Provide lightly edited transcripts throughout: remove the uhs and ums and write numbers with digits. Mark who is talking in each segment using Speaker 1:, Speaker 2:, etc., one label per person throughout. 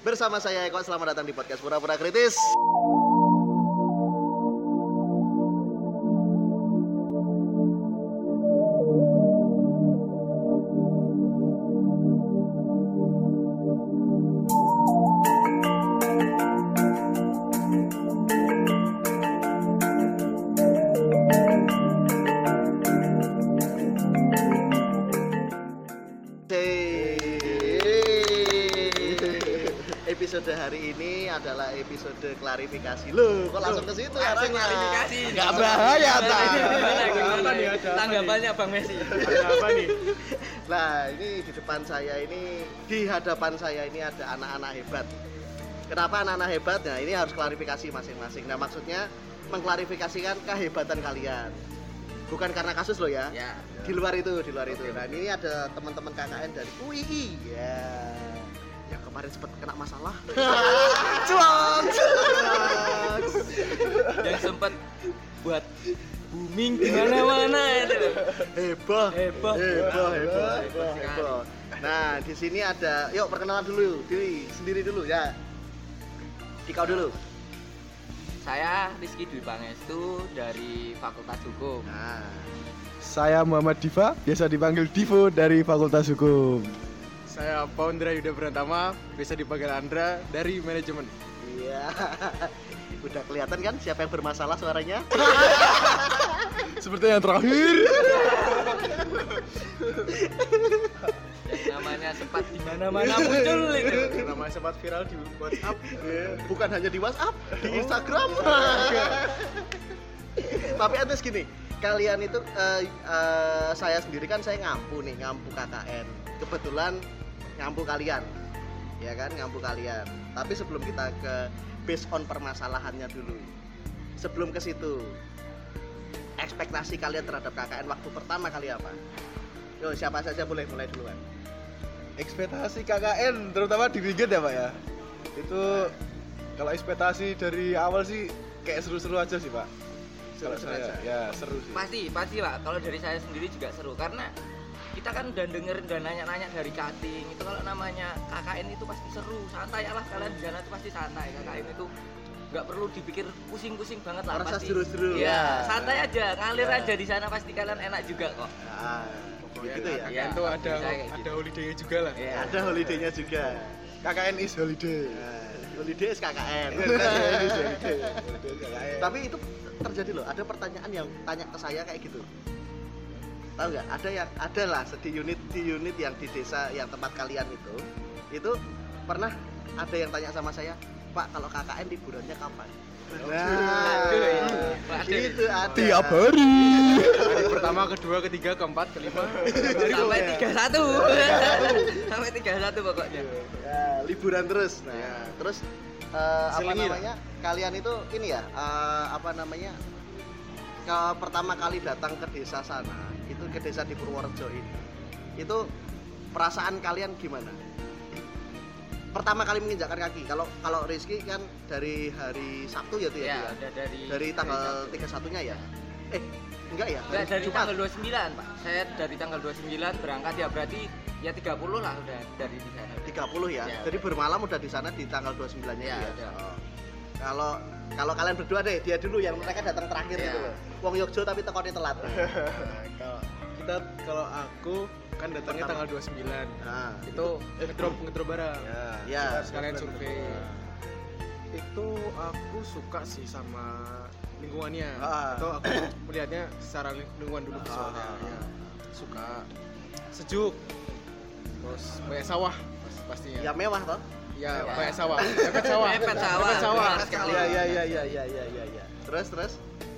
Speaker 1: Bersama saya Eko, selamat datang di podcast Pura-Pura Kritis. Episode hari ini adalah episode klarifikasi. Loh, kok langsung ke situ ya?
Speaker 2: Klarifikasi.
Speaker 1: Enggak bahaya
Speaker 2: Gimana nih tanggapannya Bang Messi?
Speaker 3: Apa nih?
Speaker 1: Nah, ini di depan saya ini, di hadapan saya ini ada anak-anak hebat. Kenapa anak-anak hebat? Nah, ini harus klarifikasi masing-masing. Nah, maksudnya mengklarifikasikan kehebatan kalian. Bukan karena kasus loh ya.
Speaker 2: Ya.
Speaker 1: Di luar itu. Nah, ini ada teman-teman KKN dari UII. Ya. Yang kemarin sempat kena masalah. Cuak.
Speaker 2: Yang sempat buat booming di mana-mana itu.
Speaker 1: Heboh.
Speaker 2: sekali.
Speaker 1: Nah, di sini ada, yuk perkenalan dulu, diri sendiri dulu ya. Dikau dulu.
Speaker 2: Saya Rizky Dwi Pangestu dari Fakultas Hukum.
Speaker 1: Nah,
Speaker 3: Saya Muhammad Diva, biasa dipanggil Divo dari Fakultas Hukum. Saya Paundra Yuda Berantama, biasa dipanggil Andra dari Manajemen.
Speaker 1: iya. Udah kelihatan kan siapa yang bermasalah suaranya?
Speaker 3: Seperti yang terakhir.
Speaker 2: Yang namanya sempat di mana-mana muncul itu.
Speaker 3: Namanya sempat viral di WhatsApp.
Speaker 1: Bukan hanya di WhatsApp, di Instagram. Tapi atas gini, kalian itu saya sendiri kan saya ngampu KKN. Kebetulan ngampu kalian. Ya kan, ngampu kalian. Tapi sebelum kita ke based on permasalahannya dulu. Sebelum ke situ, ekspektasi kalian terhadap KKN waktu pertama kali apa? Yo, siapa saja boleh mulai duluan.
Speaker 3: Ekspektasi KKN, terutama di Wingit ya Pak ya. Itu kalau ekspektasi dari awal sih kayak seru-seru aja sih Pak. Kalau
Speaker 1: Seru-seru
Speaker 3: saya
Speaker 1: aja.
Speaker 3: ya seru sih.
Speaker 2: Pasti Pak. Kalau dari saya sendiri juga seru karena kita kan udah denger dan nanya-nanya dari cutting itu kalau namanya KKN itu pasti seru, santai lah kalian di sana tuh pasti santai. KKN itu nggak perlu dipikir pusing-pusing banget lah,
Speaker 1: Rasa
Speaker 2: pasti
Speaker 1: seru-seru.
Speaker 2: ya santai aja, ngalir aja di sana pasti kalian enak juga kok.
Speaker 1: Nah, gitu ya.
Speaker 2: Iya,
Speaker 3: Itu ada
Speaker 2: saya kayak gitu.
Speaker 3: holiday-nya juga lah.
Speaker 2: Iya.
Speaker 1: Ada holiday-nya juga.
Speaker 3: KKN is holiday.
Speaker 1: Nah, holiday is KKN. Tapi itu terjadi loh, ada pertanyaan yang tanya ke saya kayak gitu. Tahu nggak? Ada lah di unit yang di desa yang tempat kalian itu pernah ada yang tanya sama saya, Pak, kalau KKN liburannya kapan?
Speaker 2: Aduh, ya. Aduh.
Speaker 1: Itu ada.
Speaker 3: Tiap hari. Hari pertama, kedua, ketiga, keempat, kelima.
Speaker 2: Sampai 31. Sampai 31 pokoknya.
Speaker 1: Ya, liburan terus. Nah,
Speaker 3: Ya.
Speaker 1: terus
Speaker 3: Selingi lah.
Speaker 1: kalian itu ini ya, pertama kali datang ke desa sana, itu ke desa di Purworejo ini. Itu perasaan kalian gimana? Pertama kali menginjakkan kaki. Kalau Rizky kan dari hari Sabtu ya tuh ya.
Speaker 2: Ya,
Speaker 1: Dia?
Speaker 2: udah
Speaker 1: Dari tanggal 31-nya ya? Enggak ya?
Speaker 2: Enggak, dari
Speaker 1: Jumat.
Speaker 2: tanggal 29, Pak. Saya dari tanggal 29 berangkat ya berarti ya 30 lah udah dari di sana.
Speaker 1: 30 ya.
Speaker 2: Ya,
Speaker 1: Jadi bermalam udah di sana di tanggal 29-nya
Speaker 2: Ya,
Speaker 1: itu ya.
Speaker 2: ya.
Speaker 1: Oh. Kalau kalian berdua deh, dia dulu yang mereka datang terakhir
Speaker 2: Ya.
Speaker 1: itu loh. Wong Yogyo tapi tekonnya telat.
Speaker 3: Kalau aku kan datangnya tanggal 29.
Speaker 1: Nah,
Speaker 3: Itu ngedrop barang.
Speaker 1: Ya.
Speaker 3: Kita sekalian survei. Itu aku suka sih sama lingkungannya. Atau aku melihatnya secara lingkungan dulu visualnya. Ya. Suka sejuk. Terus banyak sawah pastinya.
Speaker 1: Ya mewah toh?
Speaker 3: Ya,
Speaker 2: Mewah.
Speaker 3: banyak sawah. Mepet sawah.
Speaker 2: Mepet sawah. Benar sekali.
Speaker 1: Ya. Terus.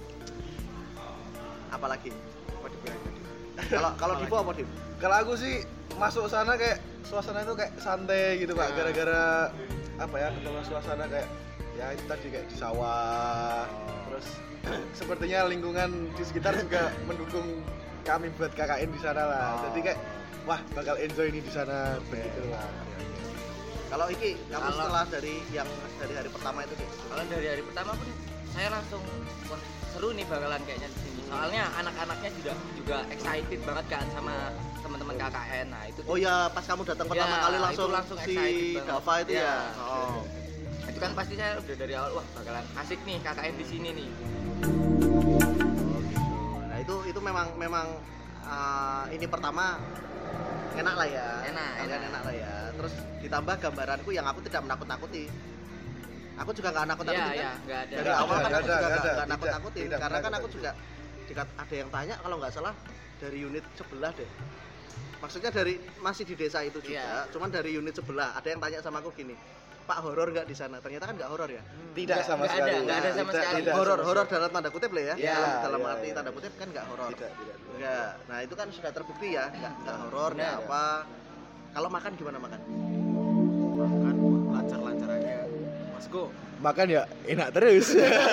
Speaker 1: Apalagi?
Speaker 3: Apa dibilang tadi?
Speaker 1: Kalau Divo apa Div?
Speaker 4: Kalau aku sih masuk sana kayak suasana itu kayak santai gitu Pak,
Speaker 3: Ya.
Speaker 4: gara-gara apa ya, ketemu suasana kayak ya itu tadi kayak di sawah. Terus sepertinya lingkungan di sekitar juga mendukung kami buat KKN di sana lah. Jadi kayak wah bakal enjoy nih di sana begitu lah.
Speaker 1: Kalau Iki, kamu
Speaker 2: Kalau-
Speaker 1: setelah dari hari pertama itu deh.
Speaker 2: Kalau dari hari pertama pun saya langsung wah seru nih bakalan kayaknya di sini. Soalnya anak-anaknya juga excited banget kan sama teman-teman KKN. Nah, itu
Speaker 1: Oh ya, pas kamu datang pertama kali
Speaker 2: itu
Speaker 1: langsung si
Speaker 2: excited banget.
Speaker 1: Dava itu ya.
Speaker 2: Oh. Itu kan pasti saya udah dari awal wah bakalan asik nih KKN di sini nih.
Speaker 1: Oh gitu. Nah, itu memang ini pertama enak lah ya. Enak lah ya. Terus ditambah gambaranku yang aku tidak menakut-nakuti. Aku juga nggak nakut-nakutin kan.
Speaker 2: Iya, nggak ada.
Speaker 1: Dari awal kan aku juga
Speaker 4: nggak
Speaker 1: nggak nakut-nakutin
Speaker 4: tidak
Speaker 1: karena kan
Speaker 4: pernah
Speaker 1: aku juga ada yang tanya kalau nggak salah dari unit sebelah deh. Maksudnya dari masih di desa itu juga, cuman dari unit sebelah ada yang tanya sama aku gini, Pak horor nggak di sana? Ternyata kan nggak horor ya.
Speaker 4: Tidak sama
Speaker 2: nggak
Speaker 4: sekali.
Speaker 2: nggak ada sama sekali.
Speaker 1: Horor dalam tanda kutip lah ya.
Speaker 4: Ya,
Speaker 1: dalam
Speaker 4: ya,
Speaker 1: arti
Speaker 4: ya.
Speaker 1: tanda kutip kan nggak horor.
Speaker 4: Tidak.
Speaker 1: Enggak. Nah, itu kan sudah terbukti ya, nggak horor, nggak
Speaker 2: Nggak ada.
Speaker 1: apa. Kalau makan gimana makan?
Speaker 3: Makan lancar-lancar aja. Masku,
Speaker 4: Makan ya enak terus.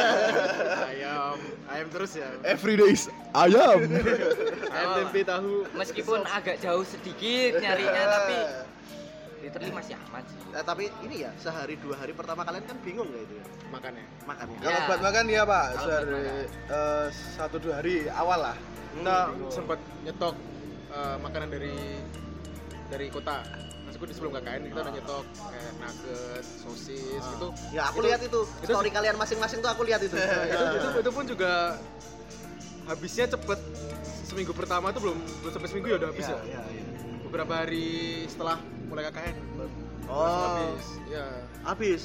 Speaker 3: ayam terus ya.
Speaker 4: Every days ayam.
Speaker 3: Ayam tempe tahu.
Speaker 2: Meskipun agak jauh sedikit nyarinya tapi literally masih aman sih.
Speaker 1: Tapi ini ya sehari 2 hari pertama kalian kan bingung nggak itu ya
Speaker 3: Makannya.
Speaker 1: makannya?
Speaker 2: Ya.
Speaker 4: Kalau buat makan ya Pak,
Speaker 2: Kalau buat
Speaker 4: sehari 1-2 hari awal lah.
Speaker 3: Kita sempat nyetok makanan dari kota. Maksudku di sebelum KKN kita udah nyetok kayak nugget, sosis gitu.
Speaker 1: Ya aku lihat itu story kalian masing-masing tuh aku lihat itu.
Speaker 3: Itu pun juga habisnya cepet. Seminggu pertama tuh belum sampai seminggu ya udah habis ya.
Speaker 1: Iya.
Speaker 3: Beberapa hari setelah mulai KKN
Speaker 1: Oh,
Speaker 3: habis. Ya,
Speaker 1: habis.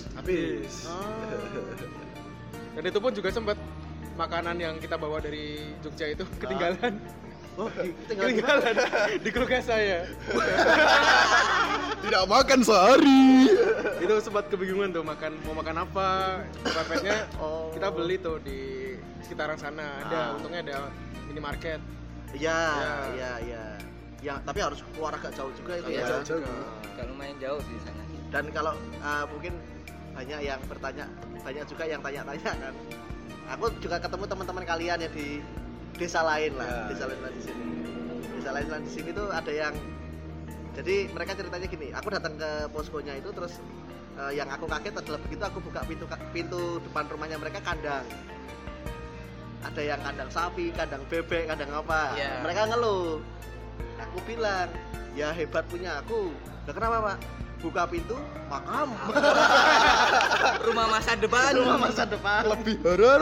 Speaker 3: dan itu pun juga sempat makanan yang kita bawa dari Jogja itu ketinggalan.
Speaker 1: Oh,
Speaker 3: Ketinggalan di kulkas saya.
Speaker 4: Tidak makan sehari.
Speaker 3: Itu sempat kebingungan tuh mau makan apa. Pepetnya
Speaker 1: Oh.
Speaker 3: kita beli tuh di sekitaran sana. Untungnya ada minimarket.
Speaker 1: Iya.
Speaker 3: Ya.
Speaker 1: Ya, tapi harus keluar agak jauh juga itu
Speaker 2: Iya,
Speaker 1: ya.
Speaker 3: jauh.
Speaker 2: Kalau lumayan jauh di sana.
Speaker 1: Dan kalau mungkin banyak yang bertanya, banyak juga yang tanya-tanya kan. Aku juga ketemu teman-teman kalian ya di desa lain lah, desa lain di sini. Desa lain di sini tuh ada yang, jadi mereka ceritanya gini, aku datang ke poskonya itu terus yang aku kaget adalah begitu aku buka pintu depan rumahnya mereka kandang. Ada yang kandang sapi, kandang bebek, kandang apa.
Speaker 2: Yeah.
Speaker 1: Mereka ngeluh. Aku bilang, ya hebat punya aku. Lah kenapa Pak? Buka pintu, makam.
Speaker 2: Rumah masa depan.
Speaker 1: Rumah masa depan.
Speaker 4: Lebih horor.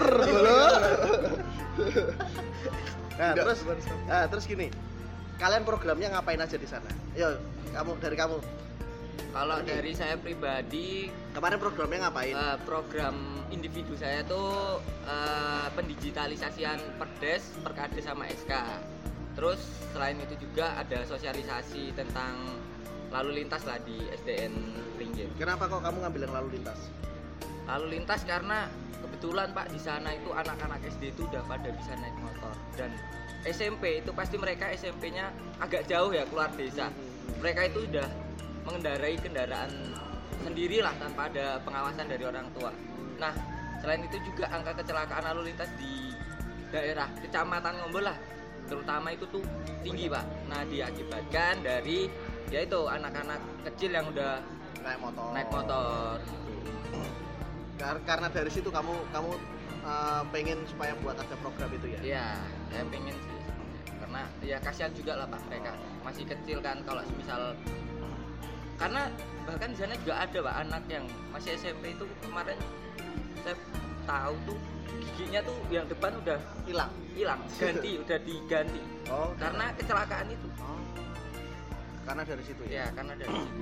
Speaker 1: Nah, terus gini. Kalian programnya ngapain aja di sana? Yo, dari kamu.
Speaker 2: Kalau dari saya pribadi
Speaker 1: Kemarin programnya ngapain?
Speaker 2: program individu saya tuh pendigitalisasian Perdes, Perkades sama SK. Terus selain itu juga ada sosialisasi tentang lalu lintas lah di SDN Ringgit.
Speaker 1: Kenapa kok kamu ngambil yang lalu lintas?
Speaker 2: Lalu lintas karena kebetulan Pak di sana itu anak-anak SD itu udah pada bisa naik motor dan SMP itu pasti mereka SMP-nya agak jauh ya keluar desa. Mereka itu udah mengendarai kendaraan sendiri lah tanpa ada pengawasan dari orang tua. Nah, selain itu juga angka kecelakaan lalu lintas di daerah Kecamatan Ngombol lah terutama itu tuh tinggi Pak. Nah, diakibatkan dari yaitu anak-anak kecil yang udah naik motor.
Speaker 1: Karena dari situ kamu pengen supaya buat ada program itu ya?
Speaker 2: Iya, saya pengen sih karena ya kasihan juga lah Pak mereka masih kecil kan kalau misal karena bahkan di sana juga ada Pak anak yang masih SMP itu kemarin saya tahu tuh giginya tuh yang depan udah
Speaker 1: Hilang.
Speaker 2: udah diganti
Speaker 1: Oh,
Speaker 2: karena kecelakaan itu.
Speaker 1: Karena dari situ ya.
Speaker 2: Ya karena dari situ.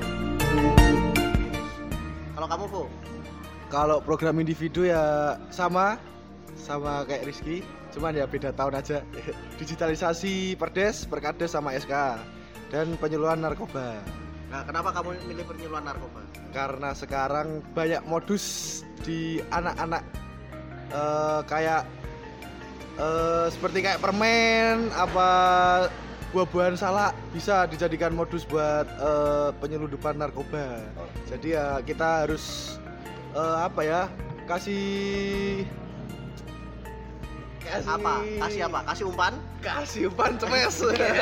Speaker 1: Kalau kamu, Fu?
Speaker 4: Kalau program individu ya sama kayak Rizky, cuman ya beda tahun aja. Digitalisasi Perdes, Perkades sama SK dan penyuluhan narkoba.
Speaker 1: Nah, kenapa kamu milih penyuluhan narkoba?
Speaker 4: Karena sekarang banyak modus di anak-anak kayak seperti kayak permen apa buah-buahan salak bisa dijadikan modus buat penyelundupan narkoba. Jadi ya kita harus kasih
Speaker 1: apa? Kasih umpan?
Speaker 4: Kasih umpan cemes.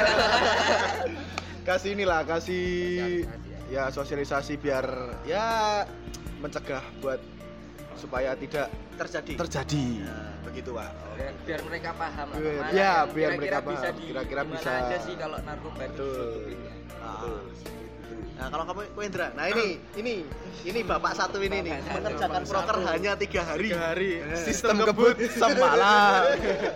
Speaker 4: Kasih
Speaker 2: Sosialisasi
Speaker 4: ya sosialisasi biar ya mencegah buat supaya tidak terjadi.
Speaker 1: Ya.
Speaker 4: Begitu, Pak.
Speaker 2: Biar mereka paham lah.
Speaker 4: Iya,
Speaker 2: kemana
Speaker 4: biar
Speaker 2: yang
Speaker 4: mereka
Speaker 2: kira-kira
Speaker 4: paham.
Speaker 2: bisa
Speaker 4: Kira-kira
Speaker 2: gimana
Speaker 4: bisa.
Speaker 2: aja sih kalau narkoba itu
Speaker 4: Betul.
Speaker 2: ditutupin.
Speaker 1: Ah. Nah, kalau kamu Indra, nah ini bapak satu ini nih
Speaker 2: Bapak
Speaker 1: mengerjakan
Speaker 3: satu.
Speaker 1: proker hanya 3 hari.
Speaker 3: 3 hari.
Speaker 4: Sistem kebut semalam.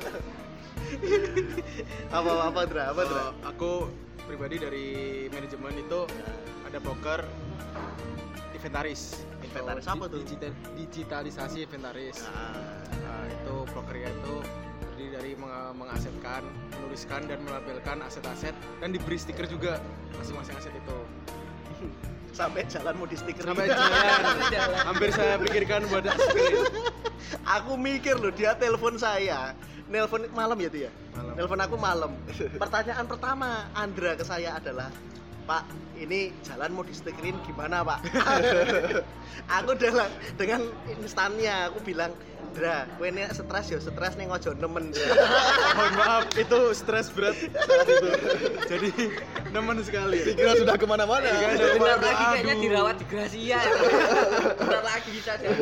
Speaker 1: Apa Indra?
Speaker 3: Aku pribadi dari manajemen itu ada broker inventaris.
Speaker 1: Inventaris
Speaker 3: Atau
Speaker 1: apa tuh?
Speaker 3: Digitalisasi inventaris.
Speaker 1: Nah,
Speaker 3: Nah, itu brokernya itu terdiri dari mengasetkan, menuliskan dan melabelkan aset-aset dan diberi stiker juga masing-masing aset itu.
Speaker 1: sampai jalan mau di stiker.
Speaker 3: Sampai jalan. Hampir saya pikirkan buat stiker.
Speaker 1: Aku mikir loh, dia telepon saya. Nelpon malam ya dia.
Speaker 3: Malam.
Speaker 1: Nelpon aku malam. Pertanyaan pertama Andra ke saya adalah, "Pak, ini jalan mau distikerin gimana, Pak?" Aku dengan instannya aku bilang, "Dra, kowe nek stres ning ojo nemen."
Speaker 3: Mohon maaf, itu stres berat saat itu. Jadi nemen sekali.
Speaker 4: Pikiran sudah kemana-mana.
Speaker 2: Bentar lagi kayaknya
Speaker 3: Aduh.
Speaker 2: dirawat di Gracia ya. Bentar lagi bisa jadi.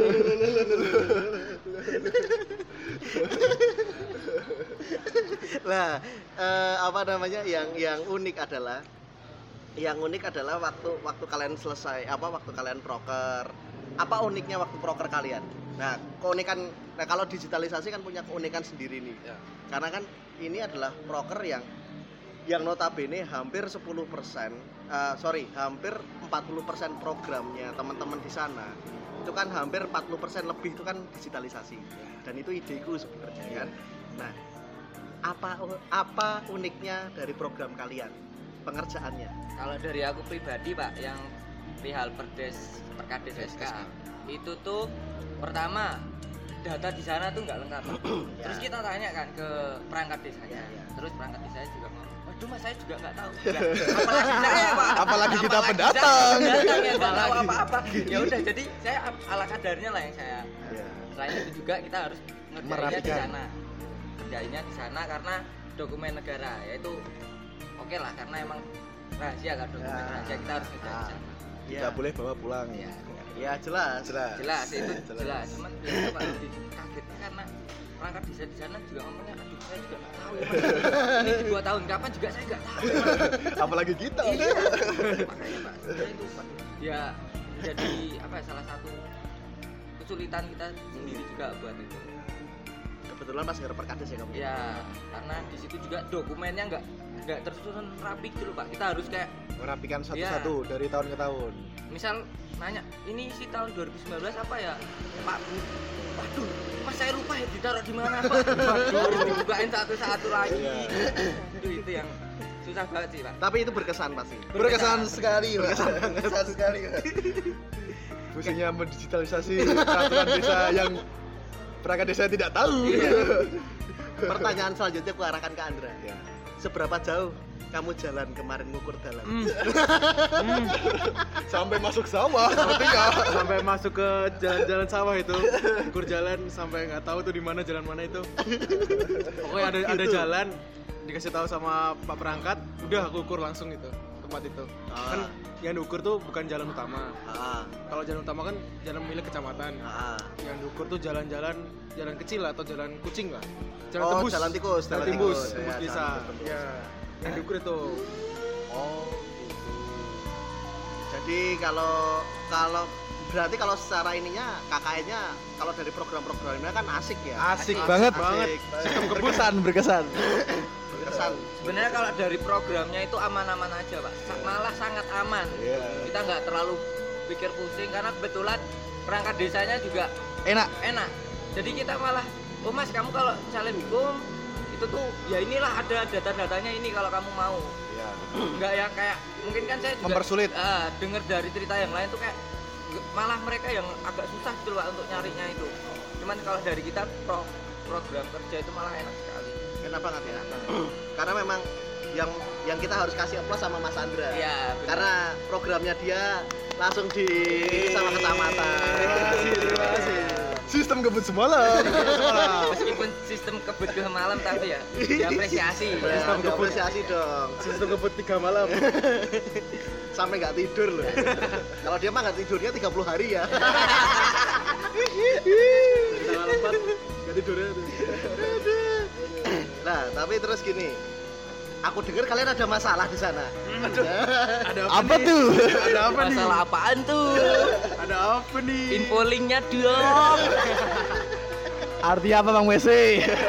Speaker 1: Lah, apa namanya yang unik adalah waktu kalian selesai waktu kalian proker. Apa uniknya waktu proker kalian? Nah, kalau digitalisasi kan punya keunikan sendiri nih.
Speaker 4: Ya.
Speaker 1: Karena kan ini adalah proker yang notabene hampir 10%, hampir 40% programnya teman-teman di sana. Itu kan hampir 40% lebih itu kan digitalisasi. Dan itu ideku sebenarnya kan. Nah, apa uniknya dari program kalian? Pengerjaannya.
Speaker 2: Kalau dari aku pribadi Pak, yang perihal Perkades SK itu tuh pertama data di sana tuh nggak lengkap.
Speaker 1: Ya.
Speaker 2: Terus kita tanya kan ke perangkat desanya.
Speaker 1: Ya.
Speaker 2: Terus perangkat desanya juga ngomong, "Waduh Mas, saya juga nggak tahu." Ya, apalagi saya Pak.
Speaker 4: Apalagi kita
Speaker 2: Apalagi
Speaker 4: pendatang.
Speaker 2: saya pendatang yang nggak tahu apa-apa. Ya udah, jadi saya ala kadarnya lah yang saya.
Speaker 1: Ya.
Speaker 2: Selain itu juga kita harus ngerjainnya di
Speaker 4: Merapikan.
Speaker 2: sana. Kerjainnya di sana karena dokumen negara, yaitu oke lah karena emang rahasia kan dokumen
Speaker 1: Ya.
Speaker 2: rahasia, kita harus ngerjain di sana.
Speaker 4: Tidak boleh bawa pulang.
Speaker 2: Ya.
Speaker 1: Ya jelas.
Speaker 2: Jelas itu jelas. Cuman biasa Pak lebih kagetnya karena perangkat desa di sana juga ngomongnya, "Aduh saya juga nggak tahu ya, Mas. Ini 2 tahun kapan juga saya nggak tahu ya, Mas."
Speaker 4: Apalagi kita.
Speaker 2: Iya. Makanya Pak, sebenarnya itu Pak, ya jadi salah satu kesulitan kita sendiri juga buat itu.
Speaker 1: Kebetulan pas ngarep Perkades ya kamu.
Speaker 2: Ya, karena di situ juga dokumennya nggak tersusun rapi gitu loh Pak. Kita harus kayak
Speaker 4: Merapikan satu-satu dari tahun ke tahun.
Speaker 2: misal nanya, "Ini sih tahun 2019 apa ya Pak Bu?" "Waduh, Mas saya lupa ya ditaruh di mana Pak." Harus dibukain satu-satu lagi. Itu yang susah banget sih Pak.
Speaker 1: Tapi itu berkesan pasti.
Speaker 4: Berkesan sekali, berkesan sekali. Fungsinya mendigitalisasi peraturan desa yang perangkat desa tidak tahu.
Speaker 1: Iya. Pertanyaan selanjutnya aku arahkan ke Andra.
Speaker 4: Ya.
Speaker 1: Seberapa jauh kamu jalan kemarin ngukur dalam?
Speaker 4: Sampai masuk sawah, ngerti nggak?
Speaker 3: Sampai masuk ke jalan-jalan sawah itu, ukur jalan sampai nggak tahu tuh di mana jalan mana itu. Pokoknya ada
Speaker 1: Gitu.
Speaker 3: jalan dikasih tahu sama Pak Perangkat, udah aku ukur langsung itu tempat itu.
Speaker 1: Ah.
Speaker 3: Kan yang diukur tuh bukan jalan utama.
Speaker 1: Ah,
Speaker 3: Kalau jalan utama kan jalan milik kecamatan.
Speaker 1: ah.
Speaker 3: Yang diukur tuh jalan kecil atau jalan kucing lah. Jalan
Speaker 1: Oh,
Speaker 3: tembus.
Speaker 1: jalan tikus,
Speaker 3: Jalan
Speaker 1: jalan
Speaker 3: tembus,
Speaker 1: tikus.
Speaker 3: tembus
Speaker 1: Ya,
Speaker 3: desa.
Speaker 1: jalan tembus.
Speaker 3: Ya. Yang diukur itu.
Speaker 1: Oh, gitu. Jadi kalau berarti kalau secara ininya KKN-nya kalau dari program-programnya kan asik ya.
Speaker 4: Asik banget.
Speaker 1: Sistem
Speaker 4: Berkesan.
Speaker 1: berkesan.
Speaker 2: Sebenarnya kalau dari programnya itu aman-aman aja Pak. Malah sangat aman.
Speaker 4: Iya.
Speaker 2: Kita nggak terlalu pikir pusing karena kebetulan perangkat desanya juga
Speaker 4: Enak.
Speaker 2: enak. Jadi kita malah, "Oh Mas, kamu kalau misalnya hukum itu tuh ya inilah ada data-datanya ini kalau kamu mau."
Speaker 4: Iya.
Speaker 2: Enggak yang kayak mungkin kan saya juga
Speaker 4: Mempersulit.
Speaker 2: dengar dari cerita yang lain tuh kayak malah mereka yang agak susah gitu loh Pak untuk nyarinya itu. Cuman kalau dari kita program kerja itu malah enak sekali.
Speaker 1: Enak banget ya. Karena memang yang kita harus kasih aplaus sama Mas Andra.
Speaker 2: Iya, benar.
Speaker 1: Karena programnya dia langsung di sama kecamatan.
Speaker 3: Terima kasih.
Speaker 4: Sistem kebut semalam.
Speaker 2: Meskipun sistem kebut ke malam tapi ya diapresiasi.
Speaker 1: Ya, diapresiasi dong.
Speaker 3: Sistem kebut 3 malam.
Speaker 1: Sampai nggak tidur loh. Kalau dia mah nggak tidurnya 30 hari ya.
Speaker 3: Tanggal 4 ganti durian tuh.
Speaker 1: Nah, tapi terus gini. Aku dengar kalian ada masalah di sana.
Speaker 3: Ada
Speaker 4: Apa
Speaker 3: nih?
Speaker 4: tuh?
Speaker 3: Ada apa nih?
Speaker 2: Masalah apaan tuh?
Speaker 3: Ada apa nih?
Speaker 2: Info linknya dong.
Speaker 4: Artinya apa Bang WC?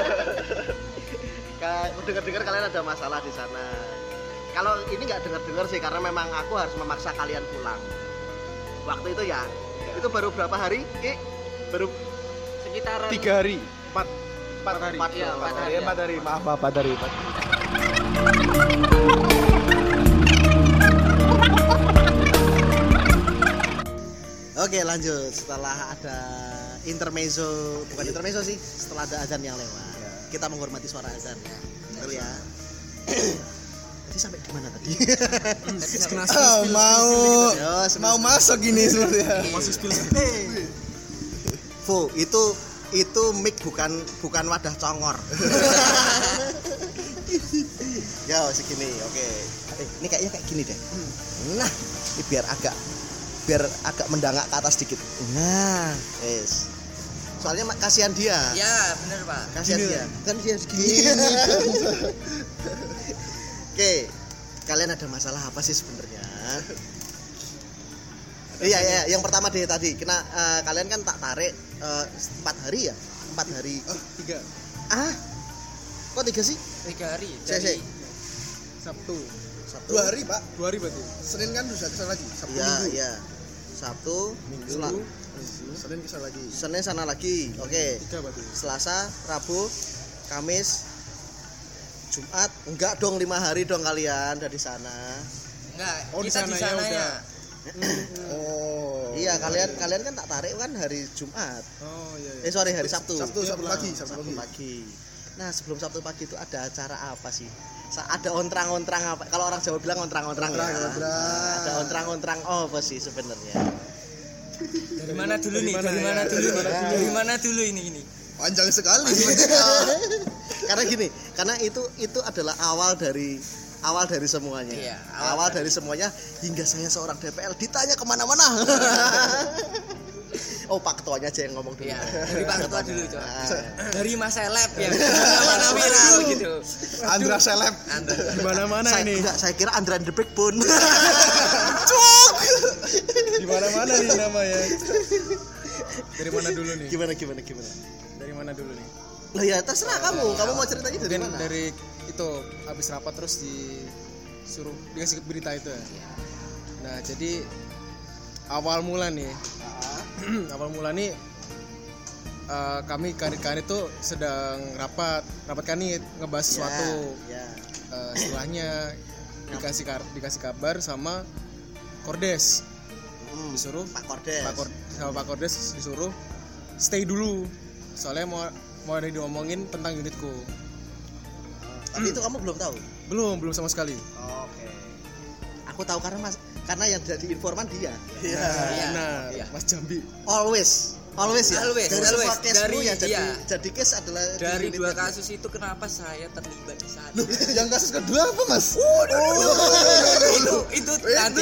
Speaker 1: Aku dengar kalian ada masalah di sana. Kalau ini nggak dengar sih karena memang aku harus memaksa kalian pulang. Waktu itu ya, itu baru berapa hari? Baru
Speaker 2: Sekitaran
Speaker 3: 3 hari. 4 hari.
Speaker 2: Iya, 4 hari.
Speaker 4: 4 hari. Maaf 4 hari.
Speaker 1: Oke, lanjut. Setelah ada intermezzo, bukan intermezzo sih, setelah ada azan yang lewat. Kita menghormati suara azan ya. Betul ya. Tadi sampai di mana tadi?
Speaker 4: Mau masuk gini sebenarnya.
Speaker 3: Masih spill.
Speaker 1: Fu, itu mic bukan wadah congor. Ya, segini. Oke. Ini kayaknya kayak gini deh. Nah, ini biar agak mendangak ke atas sedikit. Nah, yes. Soalnya kasihan dia.
Speaker 2: Ya, bener Pak.
Speaker 1: Kasihan dia. Kan dia segini. Oke. Kalian ada masalah apa sih sebenarnya? Iya, yang pertama deh tadi. Kalian kan tak tarik 4 hari ya? 4 hari.
Speaker 3: 3.
Speaker 1: Kok 3 sih?
Speaker 2: 3 hari.
Speaker 1: Cek.
Speaker 3: Sabtu.
Speaker 4: 2 hari, Pak.
Speaker 3: 2 hari berarti.
Speaker 4: Senin kan bisa kesana lagi. Sabtu
Speaker 1: Iya,
Speaker 4: Minggu.
Speaker 1: iya. Sabtu,
Speaker 4: Minggu. Senin kesana lagi.
Speaker 1: Senin sana lagi. Oke.
Speaker 3: 3 berarti.
Speaker 1: Selasa, Rabu, Kamis, Jumat. Enggak dong 5 hari dong kalian dari sana.
Speaker 2: Enggak,
Speaker 3: Oh, di
Speaker 2: kita
Speaker 3: sana
Speaker 2: di
Speaker 3: ya
Speaker 2: sananya.
Speaker 3: udah.
Speaker 4: Oh.
Speaker 1: Iya, kalian kan tak tarik kan hari Jumat.
Speaker 3: Oh iya.
Speaker 1: Sorry, hari Sabtu.
Speaker 4: Sabtu pagi.
Speaker 1: Pagi. Nah, sebelum Sabtu pagi itu ada acara apa sih? Ada ontrang-ontrang apa? Kalau orang Jawa bilang ontrang-ontrang ya. Ada ontrang-ontrang apa sih sebenarnya?
Speaker 2: Dari mana dulu nih? Dari mana dulu ini?
Speaker 4: Panjang sekali.
Speaker 1: Karena itu adalah awal dari semuanya.
Speaker 2: Iya,
Speaker 1: awal dari semuanya hingga saya seorang DPL ditanya kemana-mana. Oh, Pak Ketuanya aja yang ngomong dulu.
Speaker 2: Iya, dari Pak Ketua dulu coba.
Speaker 1: Nah.
Speaker 2: Dari Mas Seleb yang mana viral gitu.
Speaker 4: Andra Seleb.
Speaker 3: Di mana-mana ini.
Speaker 1: Saya kira Andra and the Backbone.
Speaker 3: Di mana-mana nih namanya. Dari mana dulu nih?
Speaker 1: Gimana?
Speaker 3: Dari mana dulu nih?
Speaker 1: Lah ya terserah kamu mau ceritanya dari
Speaker 3: Mungkin
Speaker 1: mana?
Speaker 3: dari itu habis rapat terus disuruh dikasih berita itu ya. Nah, jadi awal mula nih kami kanit tuh sedang rapat kanit ngebahas sesuatu.
Speaker 1: Ya.
Speaker 3: Setelahnya dikasih kabar sama Kordes, disuruh sama Pak Kordes disuruh stay dulu soalnya mau ada diomongin tentang unitku.
Speaker 1: Tapi itu kamu belum tahu?
Speaker 3: Belum sama sekali.
Speaker 1: Oke. Aku tahu karena yang jadi informan dia.
Speaker 3: Nah, Mas Jambi.
Speaker 1: Always ya.
Speaker 2: Always.
Speaker 1: Dari semua case-mu yang
Speaker 2: Iya.
Speaker 1: jadi case adalah
Speaker 2: Dari
Speaker 1: di
Speaker 2: 2
Speaker 1: unit
Speaker 2: kasus itu kenapa saya terlibat di sana?
Speaker 4: Yang kasus kedua apa, Mas?
Speaker 2: itu nanti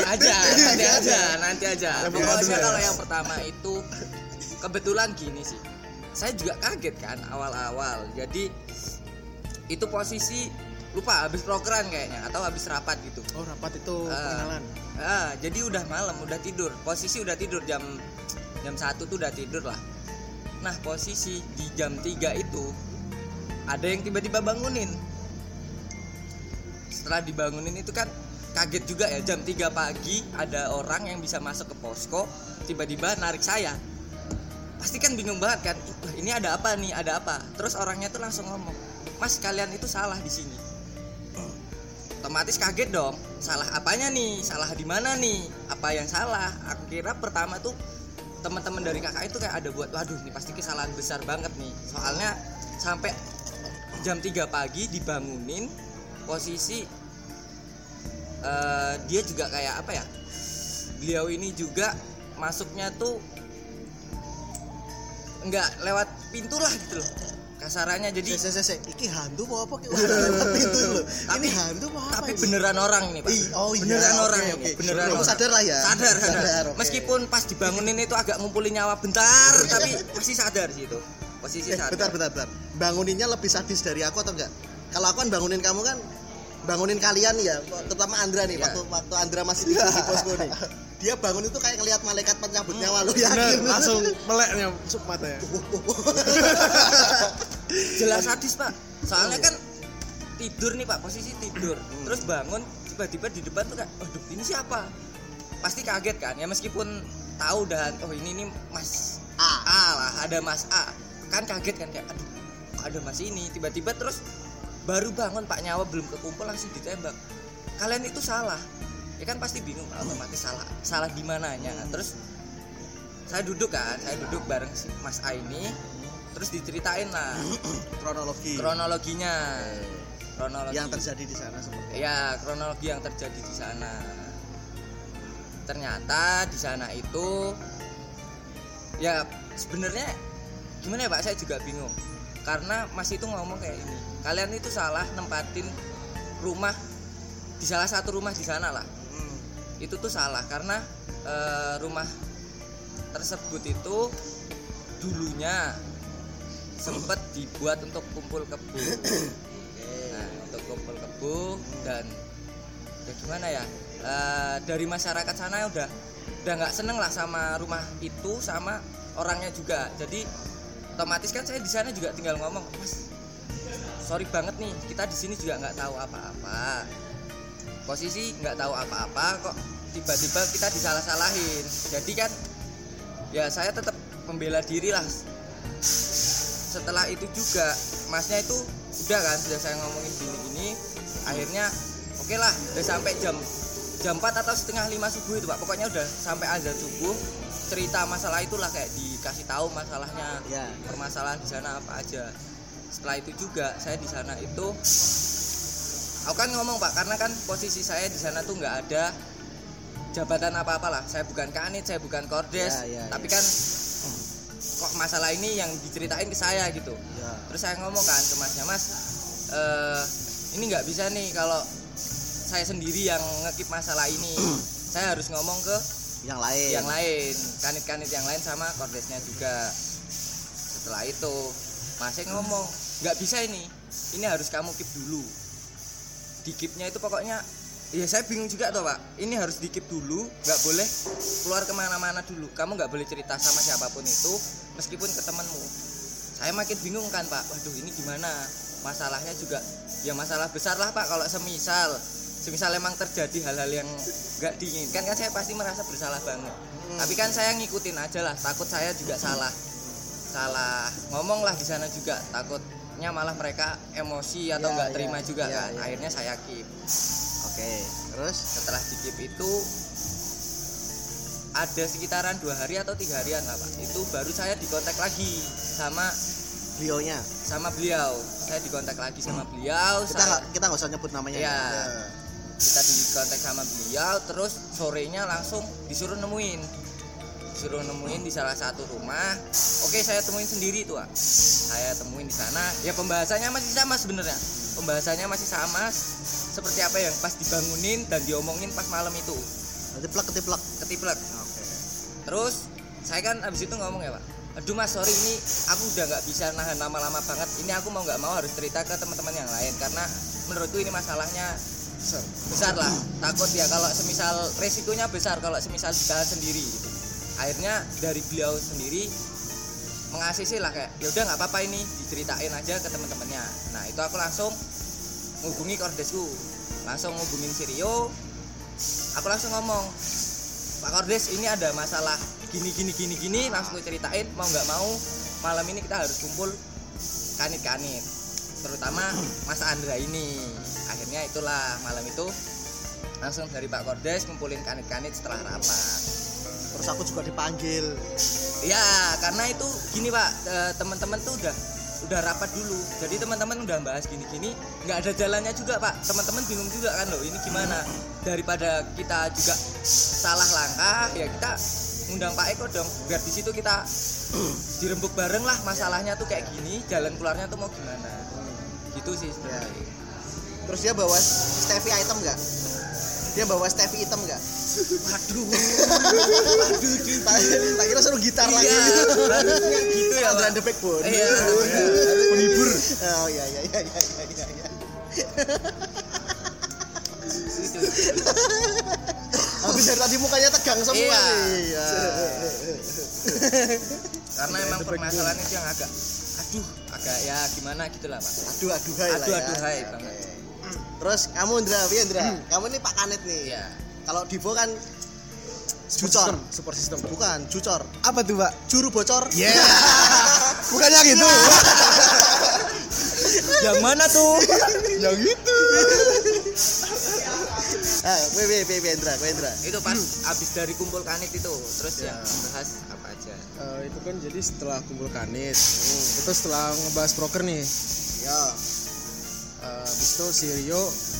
Speaker 2: aja. Pokoknya kalau yang pertama itu kebetulan gini sih. Saya juga kaget kan awal-awal. Jadi itu posisi lupa habis program kayaknya atau habis rapat gitu.
Speaker 3: Oh, rapat itu pengenalan.
Speaker 2: Jadi udah malam, udah tidur. Posisi udah tidur jam 1 tuh udah tidur lah. Nah, posisi di jam 3 itu ada yang tiba-tiba bangunin. Setelah dibangunin itu kan kaget juga ya, jam 3 pagi ada orang yang bisa masuk ke posko tiba-tiba narik saya. Pasti kan bingung banget kan, ini ada apa nih, ada apa? Terus orangnya tuh langsung ngomong, "Mas, kalian itu salah di sini." Otomatis kaget dong, salah apanya nih, salah di mana nih, apa yang salah? Aku kira pertama tuh teman-teman dari KKN itu kayak ada buat, waduh ini pasti kesalahan besar banget nih. Soalnya sampai jam 3 pagi dibangunin, posisi dia juga kayak apa ya, beliau ini juga masuknya tuh nggak lewat pintu lah gitu loh, kasarannya. Jadi
Speaker 1: iki hantu apa ki? Itu loh. Ini hantu apa?
Speaker 2: Tapi beneran orang ini, Pak. Beneran orang ini. Beneran.
Speaker 1: Kamu sadar lah ya?
Speaker 2: Sadar. Meskipun pas dibangunin itu agak ngumpulin nyawa bentar, tapi masih sadar sih itu. Posisi sadar.
Speaker 1: Bentar. Banguninnya lebih sadis dari aku atau enggak? Kalau aku kan bangunin kamu kan bangunin kalian ya, terutama Andra nih, waktu Andra masih di posko nih. Dia bangun itu kayak ngelihat malaikat penyambut nyawa lo, yakin
Speaker 3: langsung meleknya masuk mata ya.
Speaker 2: Jelas sadis, Pak. Soalnya kan tidur nih, Pak, posisi tidur. Terus bangun tiba-tiba di depan tuh kayak, "Aduh, ini siapa?" Pasti kaget kan? Ya meskipun tahu dan ini Mas A lah, ada Mas A. Kan kaget kan kayak, "Aduh, ada Mas ini." Tiba-tiba terus baru bangun, Pak, nyawa belum kekumpul langsung ditembak. Kalian itu salah. Ya kan pasti bingung, otomatis salah di mananya. Terus saya duduk bareng si Mas A ini, terus diceritain lah kronologinya
Speaker 1: yang terjadi di sana seperti
Speaker 2: ya, kronologi yang terjadi di sana. Ternyata di sana itu ya sebenarnya gimana ya, Pak, saya juga bingung. Karena Mas itu ngomong kayak ini, kalian itu salah nempatin rumah di salah satu rumah di sana lah. Itu tuh salah karena rumah tersebut itu dulunya sempat dibuat untuk kumpul kebo. Nah, untuk kumpul kebo dan ya gimana ya, dari masyarakat sana udah nggak seneng lah sama rumah itu, sama orangnya juga. Jadi otomatis kan saya di sana juga tinggal ngomong, "Mas, sorry banget nih, kita di sini juga nggak tahu apa-apa. Posisi nggak tahu apa-apa kok tiba-tiba kita disalah-salahin." Jadi kan ya saya tetap membela diri lah. Setelah itu juga Masnya itu udah kan, sudah saya ngomongin gini-gini, akhirnya oke lah, udah sampai jam 4 atau setengah 5 subuh itu, Pak. Pokoknya udah sampai azan subuh, cerita masalah itulah, kayak dikasih tahu masalahnya, permasalahan di sana apa aja. Setelah itu juga saya di sana itu aku kan ngomong, Pak, karena kan posisi saya di sana tuh nggak ada jabatan apa-apa lah. Saya bukan kanit, saya bukan kordes, tapi kan kok masalah ini yang diceritain ke saya gitu. Terus saya ngomong kan ke Masnya, "Mas, ini nggak bisa nih kalau saya sendiri yang ngekip masalah ini. Saya harus ngomong ke
Speaker 1: yang lain,
Speaker 2: kanit-kanit yang lain sama kordesnya juga." Setelah itu Masnya ngomong, "Nggak bisa ini harus kamu keep dulu." Di keepnya itu pokoknya ya saya bingung juga tuh, Pak. Ini harus di keep dulu, nggak boleh keluar kemana-mana dulu. Kamu nggak boleh cerita sama siapapun itu, meskipun ke temanmu. Saya makin bingung kan, Pak. Waduh, ini gimana? Masalahnya juga ya masalah besar lah, Pak. Kalau semisal emang terjadi hal-hal yang nggak diinginkan kan saya pasti merasa bersalah banget. Tapi kan saya ngikutin aja lah, takut saya juga salah ngomong lah di sana juga, takutnya malah mereka emosi atau nggak terima juga kan. Akhirnya saya keep.
Speaker 1: Oke, terus
Speaker 2: setelah di keep itu ada sekitaran 2 hari atau 3 harian lah, Pak. Itu baru saya dikontak lagi sama beliau. Saya dikontak lagi sama beliau.
Speaker 1: Kita nggak usah nyebut namanya.
Speaker 2: Ya. Kita dikontak sama beliau, terus sorenya langsung disuruh nemuin di salah satu rumah. Oke, saya temuin sendiri tuh, Pak. Saya temuin di sana. Ya pembahasannya masih sama sebenarnya. Seperti apa yang pas dibangunin dan diomongin pas malam itu. Ketiplek.
Speaker 1: Oke.
Speaker 2: Terus saya kan abis itu ngomong ya, Pak, "Aduh, Mas, sorry, ini aku udah nggak bisa nahan lama-lama banget. Ini aku mau nggak mau harus cerita ke teman-teman yang lain karena menurutku ini masalahnya besar lah. Takut ya kalau semisal resikonya besar kalau semisal ditahan sendiri gitu." Akhirnya dari beliau sendiri mengasih lah kayak, "Ya udah nggak apa-apa, ini diceritain aja ke teman-temannya." Nah, itu aku langsung ngubungi kordesku, langsung ngubungin si Rio. Aku langsung ngomong, "Pak Kordes, ini ada masalah gini, langsung ceritain, mau nggak mau malam ini kita harus kumpul kanit-kanit, terutama Mas Andra ini." Akhirnya itulah malam itu langsung dari Pak Kordes ngumpulin kanit-kanit setelah rapat.
Speaker 1: Terus aku juga dipanggil.
Speaker 2: Ya, karena itu gini, Pak, teman-teman tuh udah rapat dulu. Jadi teman-teman udah bahas gini-gini, nggak ada jalannya juga, Pak. Teman-teman bingung juga kan, loh, ini gimana? Daripada kita juga salah langkah, ya kita ngundang Pak Eko dong, biar di situ kita dirembuk bareng lah masalahnya tuh kayak gini, jalan keluarnya tuh mau gimana. Gitu sih sebenarnya.
Speaker 1: Terus dia bawa Stevie item enggak? Dia bawa Stevie item enggak?
Speaker 2: Waduh.
Speaker 1: Tak kira suruh gitar lagi.
Speaker 2: Harusnya gitu ya,
Speaker 1: Andra the Backbone.
Speaker 2: Iya.
Speaker 3: Penghibur.
Speaker 1: Oh iya. Habis dari tadi mukanya tegang semua. Iya.
Speaker 2: Karena emang permasalahan itu yang agak ya gimana gitulah Pak.
Speaker 1: Aduh-aduhai
Speaker 2: banget.
Speaker 1: Terus kamu Indra, kamu nih Pak Kanit nih.
Speaker 2: Iya.
Speaker 1: Kalau Divo kan jucor,
Speaker 3: Super system.
Speaker 1: bukan jucor.
Speaker 4: Apa tuh, Pak?
Speaker 1: Juru bocor.
Speaker 4: Yeah. Bukannya gitu.
Speaker 2: Yang mana tuh?
Speaker 4: Yang itu.
Speaker 1: Indra.
Speaker 2: Itu pas abis dari kumpul kanit itu, terus yang bahas apa aja?
Speaker 3: Itu kan jadi setelah kumpul kanit, itu setelah ngebahas proker nih.
Speaker 1: Ya.
Speaker 3: Habis itu si Rio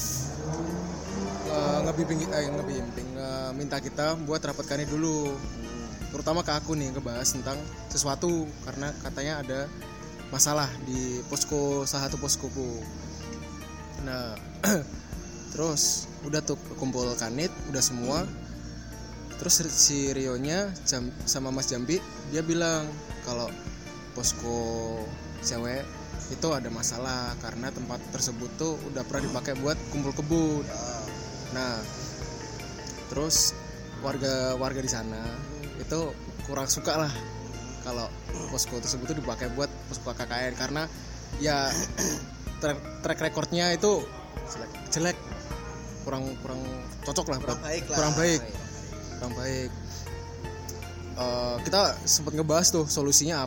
Speaker 3: ngebimbing minta kita buat rapat kanit dulu. Terutama ke aku nih ngebahas tentang sesuatu karena katanya ada masalah di posko salah satu poskoku. Nah, terus udah tuh kumpul kanit udah semua. Terus si Rio-nya sama Mas Jambi dia bilang kalau posko cewek itu ada masalah karena tempat tersebut tuh udah pernah dipakai buat kumpul kebun. Nah, terus warga di sana itu kurang suka lah kalau posko tersebut tuh dipakai buat posko KKN karena ya track recordnya itu jelek, kurang cocok lah, kurang baik. Kita sempat ngebahas tuh solusi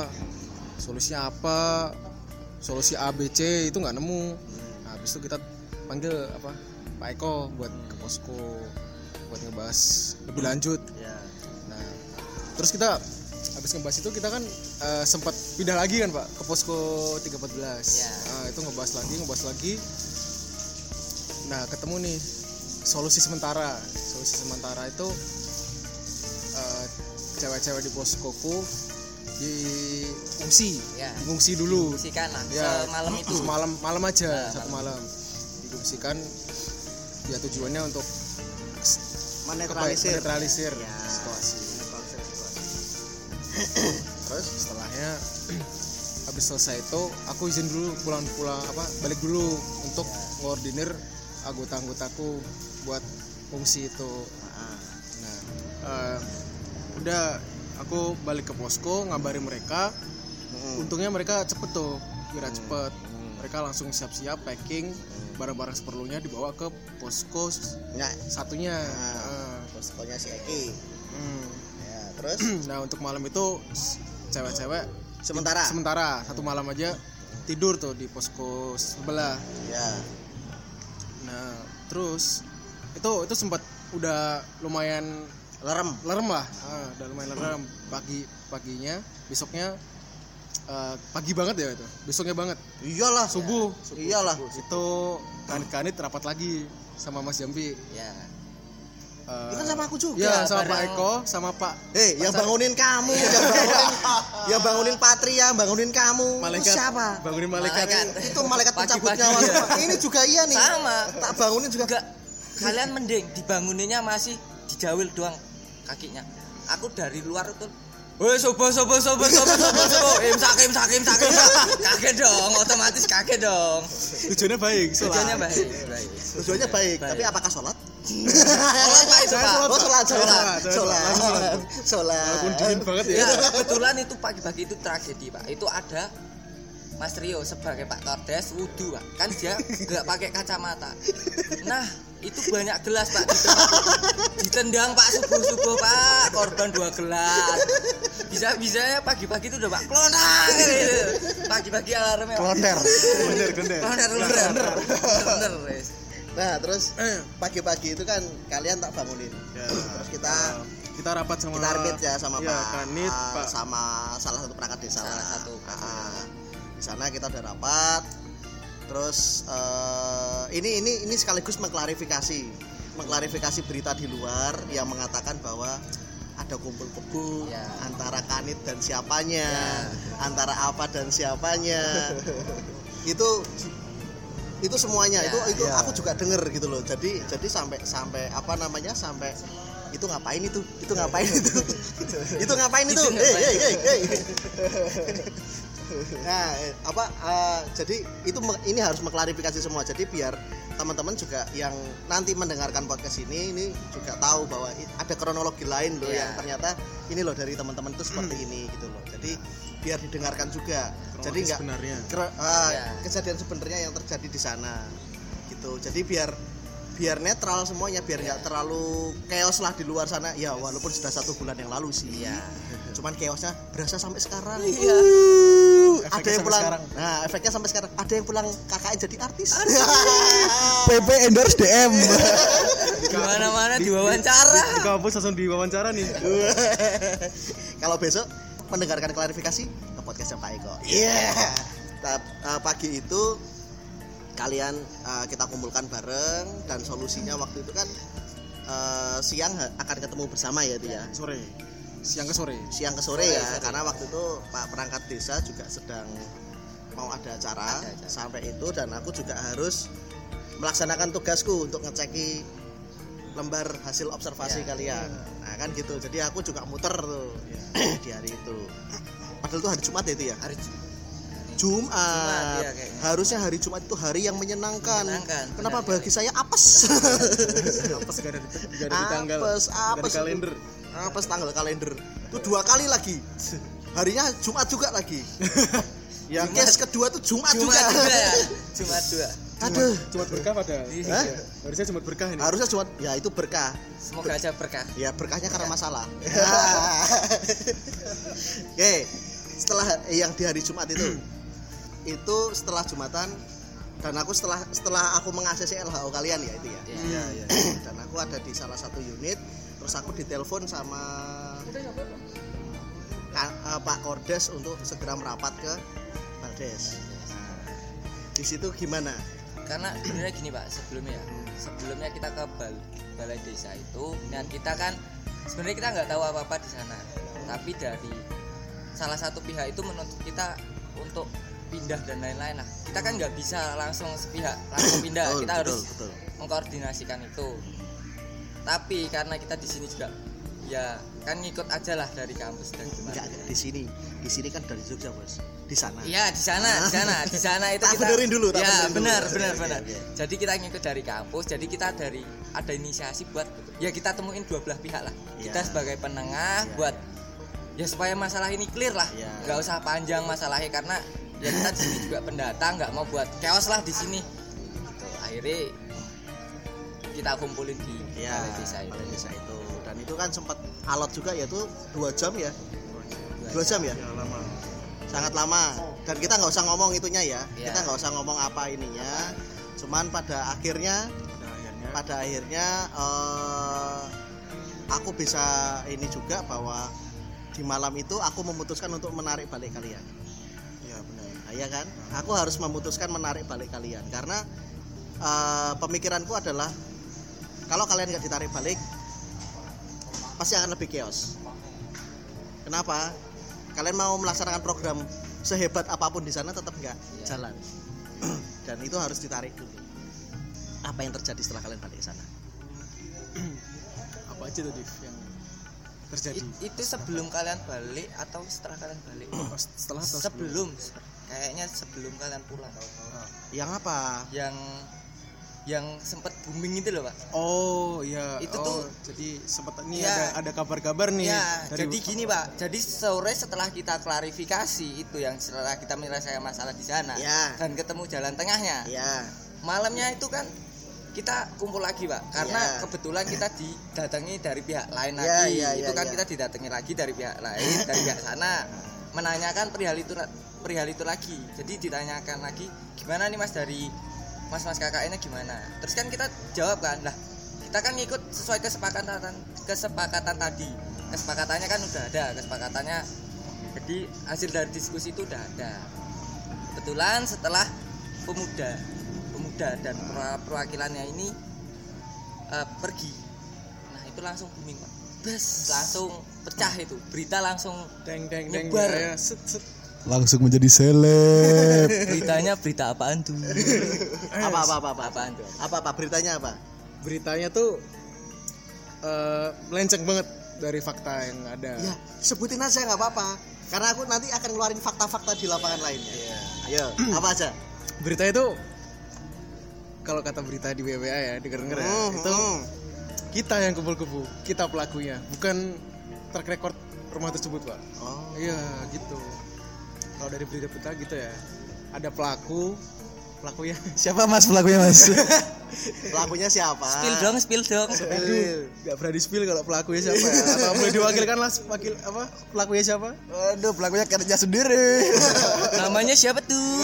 Speaker 3: A B C itu nggak nemu. Nah, habis itu kita panggil Pak Eko buat ke posko buat ngebahas lebih lanjut. Nah, terus kita habis ngebahas itu kita kan sempat pindah lagi kan Pak ke posko 314. Nah, itu ngebahas lagi. Nah, ketemu nih solusi sementara itu cewek-cewek di poskoku diungsi dulu.
Speaker 2: Diungsikan lah.
Speaker 3: Ya,
Speaker 2: semalam itu.
Speaker 3: Malam aja, satu malam. Diungsikan ya tujuannya untuk menetralisir situasi. Terus setelahnya habis selesai itu aku izin dulu balik dulu untuk koordinir anggota-anggotaku buat fungsi itu. Nah, udah aku balik ke posko ngabarin mereka. Untungnya mereka cepet tuh, cepet. Mereka langsung siap-siap packing barang-barang seperlunya dibawa ke posko satunya.
Speaker 1: Poskonya si Eki. Ya, terus
Speaker 3: nah, untuk malam itu cewek-cewek sementara satu malam aja tidur tuh di posko sebelah.
Speaker 1: Ya.
Speaker 3: Nah, terus itu sempat udah lumayan lerem lah. Udah lumayan lerem. Paginya besoknya pagi banget ya itu. Besoknya banget.
Speaker 1: Iyalah,
Speaker 3: subuh.
Speaker 1: Iyalah.
Speaker 3: Itu kanit rapat lagi sama Mas Jambi.
Speaker 1: Ya. Itu kan sama aku juga.
Speaker 3: Ya, sama Pak Eko, sama Pak.
Speaker 1: Yang bangunin kamu, yang bangunin Patria, bangunin kamu.
Speaker 3: Malaikat.
Speaker 1: Siapa?
Speaker 3: Bangunin malaikat.
Speaker 1: Itu malaikat pencabut nyawa. Ini juga iya nih.
Speaker 2: Sama.
Speaker 1: Tak bangunin juga.
Speaker 2: Enggak. Kalian mending dibanguninnya masih dijawil doang kakinya. Aku dari luar itu woi sobo. Imsak. Kaget dong, otomatis kaget dong.
Speaker 3: Tujuannya baik.
Speaker 1: Tujuannya baik. Tapi apakah sholat?
Speaker 2: Sholat Pak itu Pak.
Speaker 1: Sholat.
Speaker 3: Walaupun dingin banget ya.
Speaker 2: Ya, kebetulan itu pagi-pagi itu tragedi Pak. Itu ada Mas Rio sebagai Pak Tordes wudu Pak. Kan dia enggak pakai kacamata. Nah, itu banyak gelas Pak ditendang Pak subuh Pak, korban 2 gelas. Bisa-bisanya pagi-pagi itu udah Pak klonang gitu. Pagi-pagi alarmnya
Speaker 3: Klonder.
Speaker 1: Nah, terus pagi-pagi itu kan kalian tak bangunin. Terus
Speaker 3: kita rapat sama
Speaker 1: arbit ya sama Pak
Speaker 3: Kanit, Pak
Speaker 1: sama salah satu perangkat desa. Di sana kita udah rapat. Terus ini sekaligus mengklarifikasi berita di luar yang mengatakan bahwa ada kumpul kebo
Speaker 2: Ya.
Speaker 1: antara kanit dan siapanya,
Speaker 2: Ya.
Speaker 1: antara apa dan siapanya. itu semuanya
Speaker 2: Ya.
Speaker 1: itu
Speaker 4: Ya.
Speaker 1: aku juga denger gitu loh. Jadi sampai apa namanya, sampai itu ngapain itu ngapain itu itu ngapain itu
Speaker 2: Itu ngapain?
Speaker 1: hey. Nah, jadi ini harus mengklarifikasi semua. Jadi biar teman-teman juga yang nanti mendengarkan podcast ini juga tahu bahwa ada kronologi lain loh
Speaker 2: Iya.
Speaker 1: yang ternyata ini loh dari teman-teman itu seperti ini gitu loh. Jadi biar didengarkan juga. Jadi enggak
Speaker 3: sebenarnya.
Speaker 2: Iya.
Speaker 1: kejadian sebenarnya yang terjadi di sana gitu. Jadi biar netral semuanya, biar nggak terlalu chaos lah di luar sana ya, walaupun sudah 1 bulan yang lalu sih.
Speaker 2: Iya.
Speaker 1: Cuman chaosnya berasa sampai sekarang.
Speaker 2: Iya.
Speaker 1: Ada
Speaker 3: Efeknya
Speaker 1: yang
Speaker 3: sampai
Speaker 1: pulang.
Speaker 3: sekarang.
Speaker 1: Nah, efeknya sampai sekarang. Ada yang pulang KKN jadi artis.
Speaker 4: PP endorse DM.
Speaker 2: Di mana-mana diwawancara.
Speaker 3: Di kampus langsung diwawancara nih.
Speaker 1: Kalau besok mendengarkan klarifikasi ke podcastnya Pak Eko. Iya. Pagi itu kalian kita kumpulkan bareng, dan solusinya waktu itu kan siang akan ketemu bersama ya itu ya.
Speaker 3: Siang ke sore.
Speaker 1: Siang ke sore ya, karena waktu itu Pak Perangkat Desa juga sedang mau ada acara. Sampai itu, dan aku juga harus melaksanakan tugasku untuk ngeceki lembar hasil observasi kalian. Nah kan gitu, jadi aku juga muter tuh di hari itu. Padahal itu hari Jumat ya itu ya.
Speaker 2: Hari
Speaker 1: Jumat.
Speaker 2: Iya, kayaknya.
Speaker 1: Harusnya hari Jumat itu hari yang menyenangkan. Kenapa
Speaker 2: Benar,
Speaker 1: bagi saya apes?
Speaker 3: Apes gak ada di tanggal.
Speaker 1: Apes
Speaker 3: Gak ada di kalender.
Speaker 1: Apes tanggal kalender. Itu 2 kali lagi. Harinya Jumat juga lagi. Yang case kedua tuh Jumat juga.
Speaker 2: Jumat 2.
Speaker 1: Aduh,
Speaker 3: Jumat berkah padahal.
Speaker 1: Hah?
Speaker 3: Harusnya Jumat berkah ini.
Speaker 1: harusnya Jumat. Ya itu berkah.
Speaker 2: Semoga aja berkah.
Speaker 1: Ya berkahnya karena masalah. Oke, setelah yang di hari Jumat itu setelah Jumatan, dan aku setelah aku mengaksesi LHO kalian ya itu ya.
Speaker 2: Iya.
Speaker 1: Dan aku ada di salah satu unit, terus aku ditelepon sama Pak Kordes untuk segera merapat ke Baldes. Di situ gimana?
Speaker 2: Karena sebenarnya gini Pak, sebelumnya kita ke balai desa itu, dan kita kan sebenarnya kita nggak tahu apa-apa di sana, tapi dari salah satu pihak itu menuntut kita untuk pindah dan lain-lain lah. Kita kan nggak bisa langsung sepihak langsung pindah, kita harus mengkoordinasikan itu. Tapi karena kita di sini juga ya kan ngikut aja lah dari kampus dan gimana.
Speaker 1: Enggak di sini kan dari Jogja Bos. Di sana.
Speaker 2: Iya di sana itu
Speaker 1: Tak
Speaker 2: kita.
Speaker 1: benerin dulu.
Speaker 2: Ya benar.
Speaker 1: Oke.
Speaker 2: Jadi kita ngikut dari kampus, jadi kita ada inisiasi buat ya kita temuin dua belah pihak lah.
Speaker 1: Ya.
Speaker 2: Kita sebagai penengah buat ya supaya masalah ini clear lah.
Speaker 1: Ya.
Speaker 2: Nggak usah panjang masalahnya, karena ya kita di sini juga pendatang, nggak mau buat chaos lah di sini. Gitu. Akhirnya kita kumpulin di balai desa itu.
Speaker 1: Dan itu kan sempat alot juga, yaitu 2 jam ya. 2 jam ya.
Speaker 3: Ya lama.
Speaker 1: Sangat lama, dan kita nggak usah ngomong itunya ya.
Speaker 2: Ya.
Speaker 1: Kita nggak usah ngomong apa ininya. Cuman pada akhirnya aku bisa ini juga, bahwa di malam itu aku memutuskan untuk menarik balik kalian.
Speaker 3: Ya benar.
Speaker 1: Nah, ya kan? Aku harus memutuskan menarik balik kalian karena pemikiranku adalah kalau kalian nggak ditarik balik pasti akan lebih chaos. Kenapa? Kalian mau melaksanakan program sehebat apapun di sana tetap nggak jalan. Dan itu harus ditarik dulu. Apa yang terjadi setelah kalian balik ke sana?
Speaker 3: Apa aja tadi yang terjadi?
Speaker 2: Itu sebelum kalian balik atau setelah kalian balik?
Speaker 3: Setelah atau
Speaker 2: Sebelum. Kayaknya sebelum kalian pulang.
Speaker 1: Yang apa?
Speaker 2: Yang sempat booming itu loh Pak.
Speaker 3: Oh iya.
Speaker 2: Itu tuh
Speaker 3: jadi sempat ini
Speaker 2: ya,
Speaker 3: ada kabar-kabar nih.
Speaker 2: Ya, jadi gini Pak. Jadi sore setelah kita klarifikasi itu, yang setelah kita menyelesaikan masalah di sana
Speaker 1: Ya.
Speaker 2: dan ketemu jalan tengahnya.
Speaker 1: Ya.
Speaker 2: Malamnya itu kan kita kumpul lagi Pak, karena
Speaker 1: Ya.
Speaker 2: kebetulan kita didatangi dari pihak lain
Speaker 1: Ya,
Speaker 2: lagi.
Speaker 1: ya,
Speaker 2: Itu
Speaker 1: ya,
Speaker 2: kan
Speaker 1: ya.
Speaker 2: kita didatangi lagi dari pihak lain, dari pihak sana, menanyakan perihal itu lagi. Jadi ditanyakan lagi, gimana nih Mas dari Mas KKN-nya gimana? Terus kan kita jawab kan, lah kita kan ngikut sesuai kesepakatan tadi. Kesepakatannya kan udah ada, kesepakatannya. Jadi hasil dari diskusi itu udah ada. Kebetulan setelah pemuda dan perwakilannya ini pergi, nah itu langsung booming Pak. Langsung pecah itu berita langsung
Speaker 3: deng
Speaker 2: nyebar.
Speaker 3: ya, set.
Speaker 5: Langsung menjadi seleb.
Speaker 2: Beritanya berita apaan tuh?
Speaker 1: Apaan tuh? Apa beritanya apa?
Speaker 3: Beritanya tuh melenceng banget dari fakta yang ada.
Speaker 1: Ya, sebutin aja nggak apa-apa. Karena aku nanti akan ngeluarin fakta-fakta di lapangan lainnya. Ayo, apa aja?
Speaker 3: Berita itu kalau kata berita di WWA ya, denger-denger ya, itu kita yang kumpul-kumpul, kita pelakunya, bukan track record rumah tersebut, Pak.
Speaker 1: Oh.
Speaker 3: Iya, gitu. Kalau dari berita-berita gitu ya, ada pelakunya
Speaker 5: Siapa Mas pelakunya Mas?
Speaker 1: Pelakunya siapa?
Speaker 2: Spill dong.
Speaker 3: Aduh, nggak berani spill kalau pelakunya siapa ya. Atau boleh diwakilkan lah pelakunya siapa?
Speaker 5: Aduh, pelakunya kerja sendiri.
Speaker 2: Namanya siapa tuh?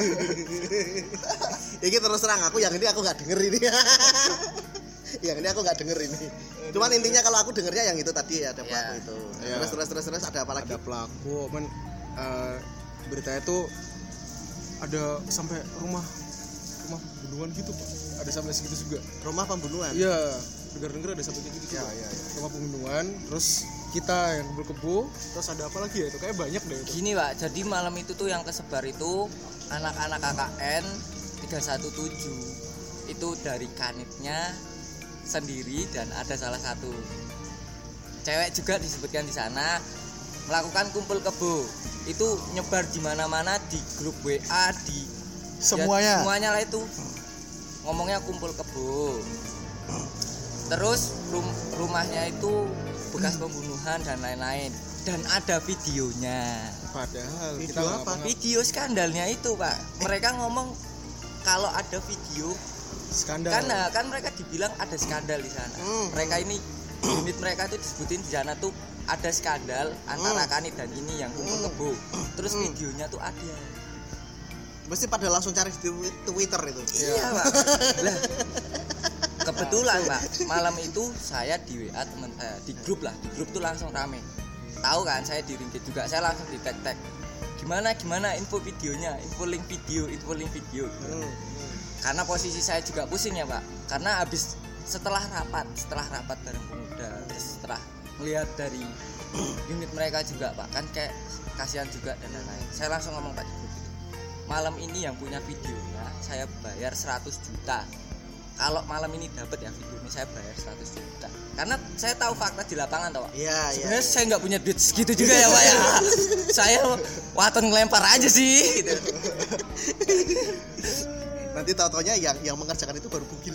Speaker 1: Ini terus terang aku yang ini aku nggak denger ini. Yang ini aku nggak denger ini. Cuman intinya kalau aku dengernya yang itu tadi ada pelaku itu.
Speaker 3: Ya.
Speaker 1: Terus ada apa lagi?
Speaker 3: Ada pelaku, beritanya tuh ada sampai rumah pembunuhan gitu, Pak. Ada sampai segitu juga.
Speaker 1: Rumah pembunuhan.
Speaker 3: Iya, dengar ada sampai gitu juga.
Speaker 1: Ya.
Speaker 3: Rumah pembunuhan, terus kita yang kumpul-kumpul, terus ada apa lagi ya? Itu kayak banyak deh itu.
Speaker 2: Gini Pak, jadi malam itu tuh yang kesebar itu anak-anak KKN 317 itu dari kanitnya sendiri dan ada salah satu cewek juga disebutkan di sana melakukan kumpul kebo. Itu nyebar di mana-mana di grup WA di
Speaker 5: Semuanya.
Speaker 2: Ya, semuanya lah itu. Ngomongnya kumpul kebo. Terus rumahnya itu bekas pembunuhan dan lain-lain dan ada videonya.
Speaker 3: Padahal
Speaker 1: Video
Speaker 3: kita
Speaker 1: apa?
Speaker 2: Video skandalnya itu, Pak. Mereka ngomong kalau ada video
Speaker 3: skandal.
Speaker 2: kan mereka dibilang ada skandal di sana. Mereka ini unit mereka itu disebutin di sana tuh ada skandal antara kanit dan ini yang kumpul kebo. Terus videonya tuh ada.
Speaker 1: Mesti pada langsung cari di Twitter itu.
Speaker 2: Iya, Pak. Lah, kebetulan, Pak, malam itu saya di WA teman saya, di grup tuh langsung rame. Tahu kan saya di Ringkit juga, saya langsung di tag. Gimana info videonya, info link video. Karena posisi saya juga pusing ya, Pak. Karena setelah rapat bareng pemuda, terus setelah melihat dari unit mereka juga, Pak, kan kayak kasihan juga dan lain-lain. Saya langsung ngomong, Pak, di grup itu, malam ini yang punya videonya saya bayar 100 juta. Kalau malam ini dapat ya video ini saya bayar 100 juta. Karena saya tahu fakta di lapangan, Pak.
Speaker 1: Iya.
Speaker 2: Sebenarnya saya nggak punya duit segitu juga ya, Pak ya. Saya waton ngelempar aja sih gitu.
Speaker 1: Nanti tau-taunya yang mengerjakan itu baru bugil.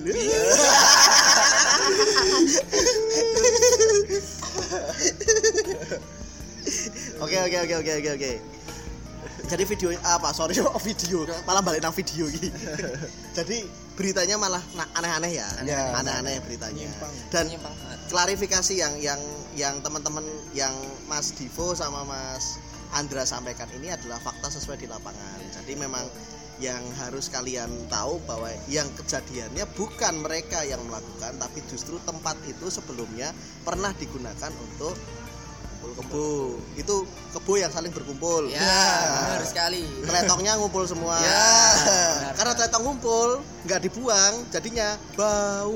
Speaker 1: Oke. Jadi video apa? Sorry, video. Malah balik nang video gitu. Jadi beritanya malah aneh-aneh ya. Aneh-aneh beritanya. Dan klarifikasi yang teman-teman yang Mas Divo sama Mas Andra sampaikan ini adalah fakta sesuai di lapangan. Jadi memang yang harus kalian tahu bahwa yang kejadiannya bukan mereka yang melakukan, tapi justru tempat itu sebelumnya pernah digunakan untuk kebo. Itu kebo yang saling berkumpul.
Speaker 2: Ya, benar sekali.
Speaker 1: Teletongnya ngumpul semua.
Speaker 2: Ya,
Speaker 1: karena teletong ngumpul, nggak dibuang, jadinya bau.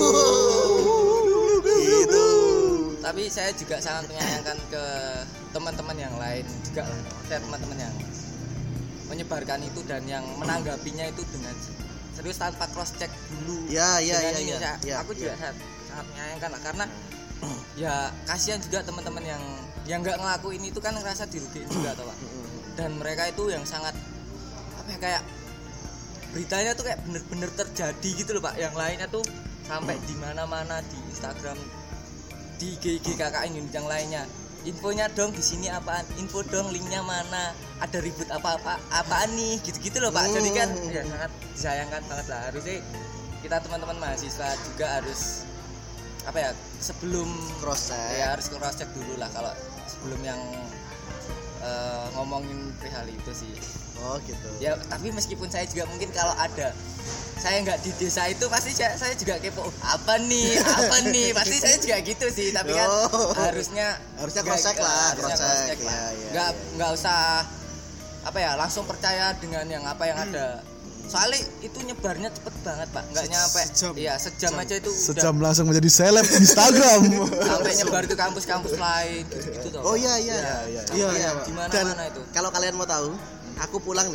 Speaker 1: Gitu.
Speaker 2: Tapi saya juga sangat menyayangkan ke teman-teman yang lain juga lah. Saya teman-teman yang menyebarkan itu dan yang menanggapinya itu dengan serius tanpa cross check dulu.
Speaker 1: Ya.
Speaker 2: Aku juga sangat menyayangkan lah, karena ya kasihan juga teman-teman yang nggak ngelakuin itu kan ngerasa dirugiin juga, toh, Pak. Dan mereka itu yang sangat kayak beritanya tuh kayak bener-bener terjadi gitu loh, Pak. Yang lainnya tuh sampai di mana-mana, di Instagram, di IG KKN unit yang lainnya. Infonya dong di sini apaan? Info dong linknya mana? Ada ribut apaan nih? Gitu-gitu loh, Pak. Jadi kan ya sangat disayangkan banget lah. Harusnya kita teman-teman mahasiswa juga harus sebelum
Speaker 1: Cross check.
Speaker 2: Ya harus cross check dulu lah kalau sebelum yang ngomongin perihal itu sih.
Speaker 1: Oh gitu.
Speaker 2: Ya tapi meskipun saya juga mungkin kalau ada saya nggak di desa itu pasti saya juga kepo apa nih pasti saya juga gitu sih, tapi kan harusnya
Speaker 1: cross check lah, cross check
Speaker 2: lah. Nggak usah langsung percaya dengan yang ada. Soalnya itu nyebarnya cepet banget Pak, nggak nyampe. Sejam aja itu
Speaker 5: Sejam langsung menjadi seleb Instagram.
Speaker 2: sampai nyebar ke kampus-kampus lain gitu toh.
Speaker 1: Oh iya.
Speaker 2: Di mana
Speaker 1: Dan
Speaker 2: itu.
Speaker 1: kalau kalian mau tahu, aku pulang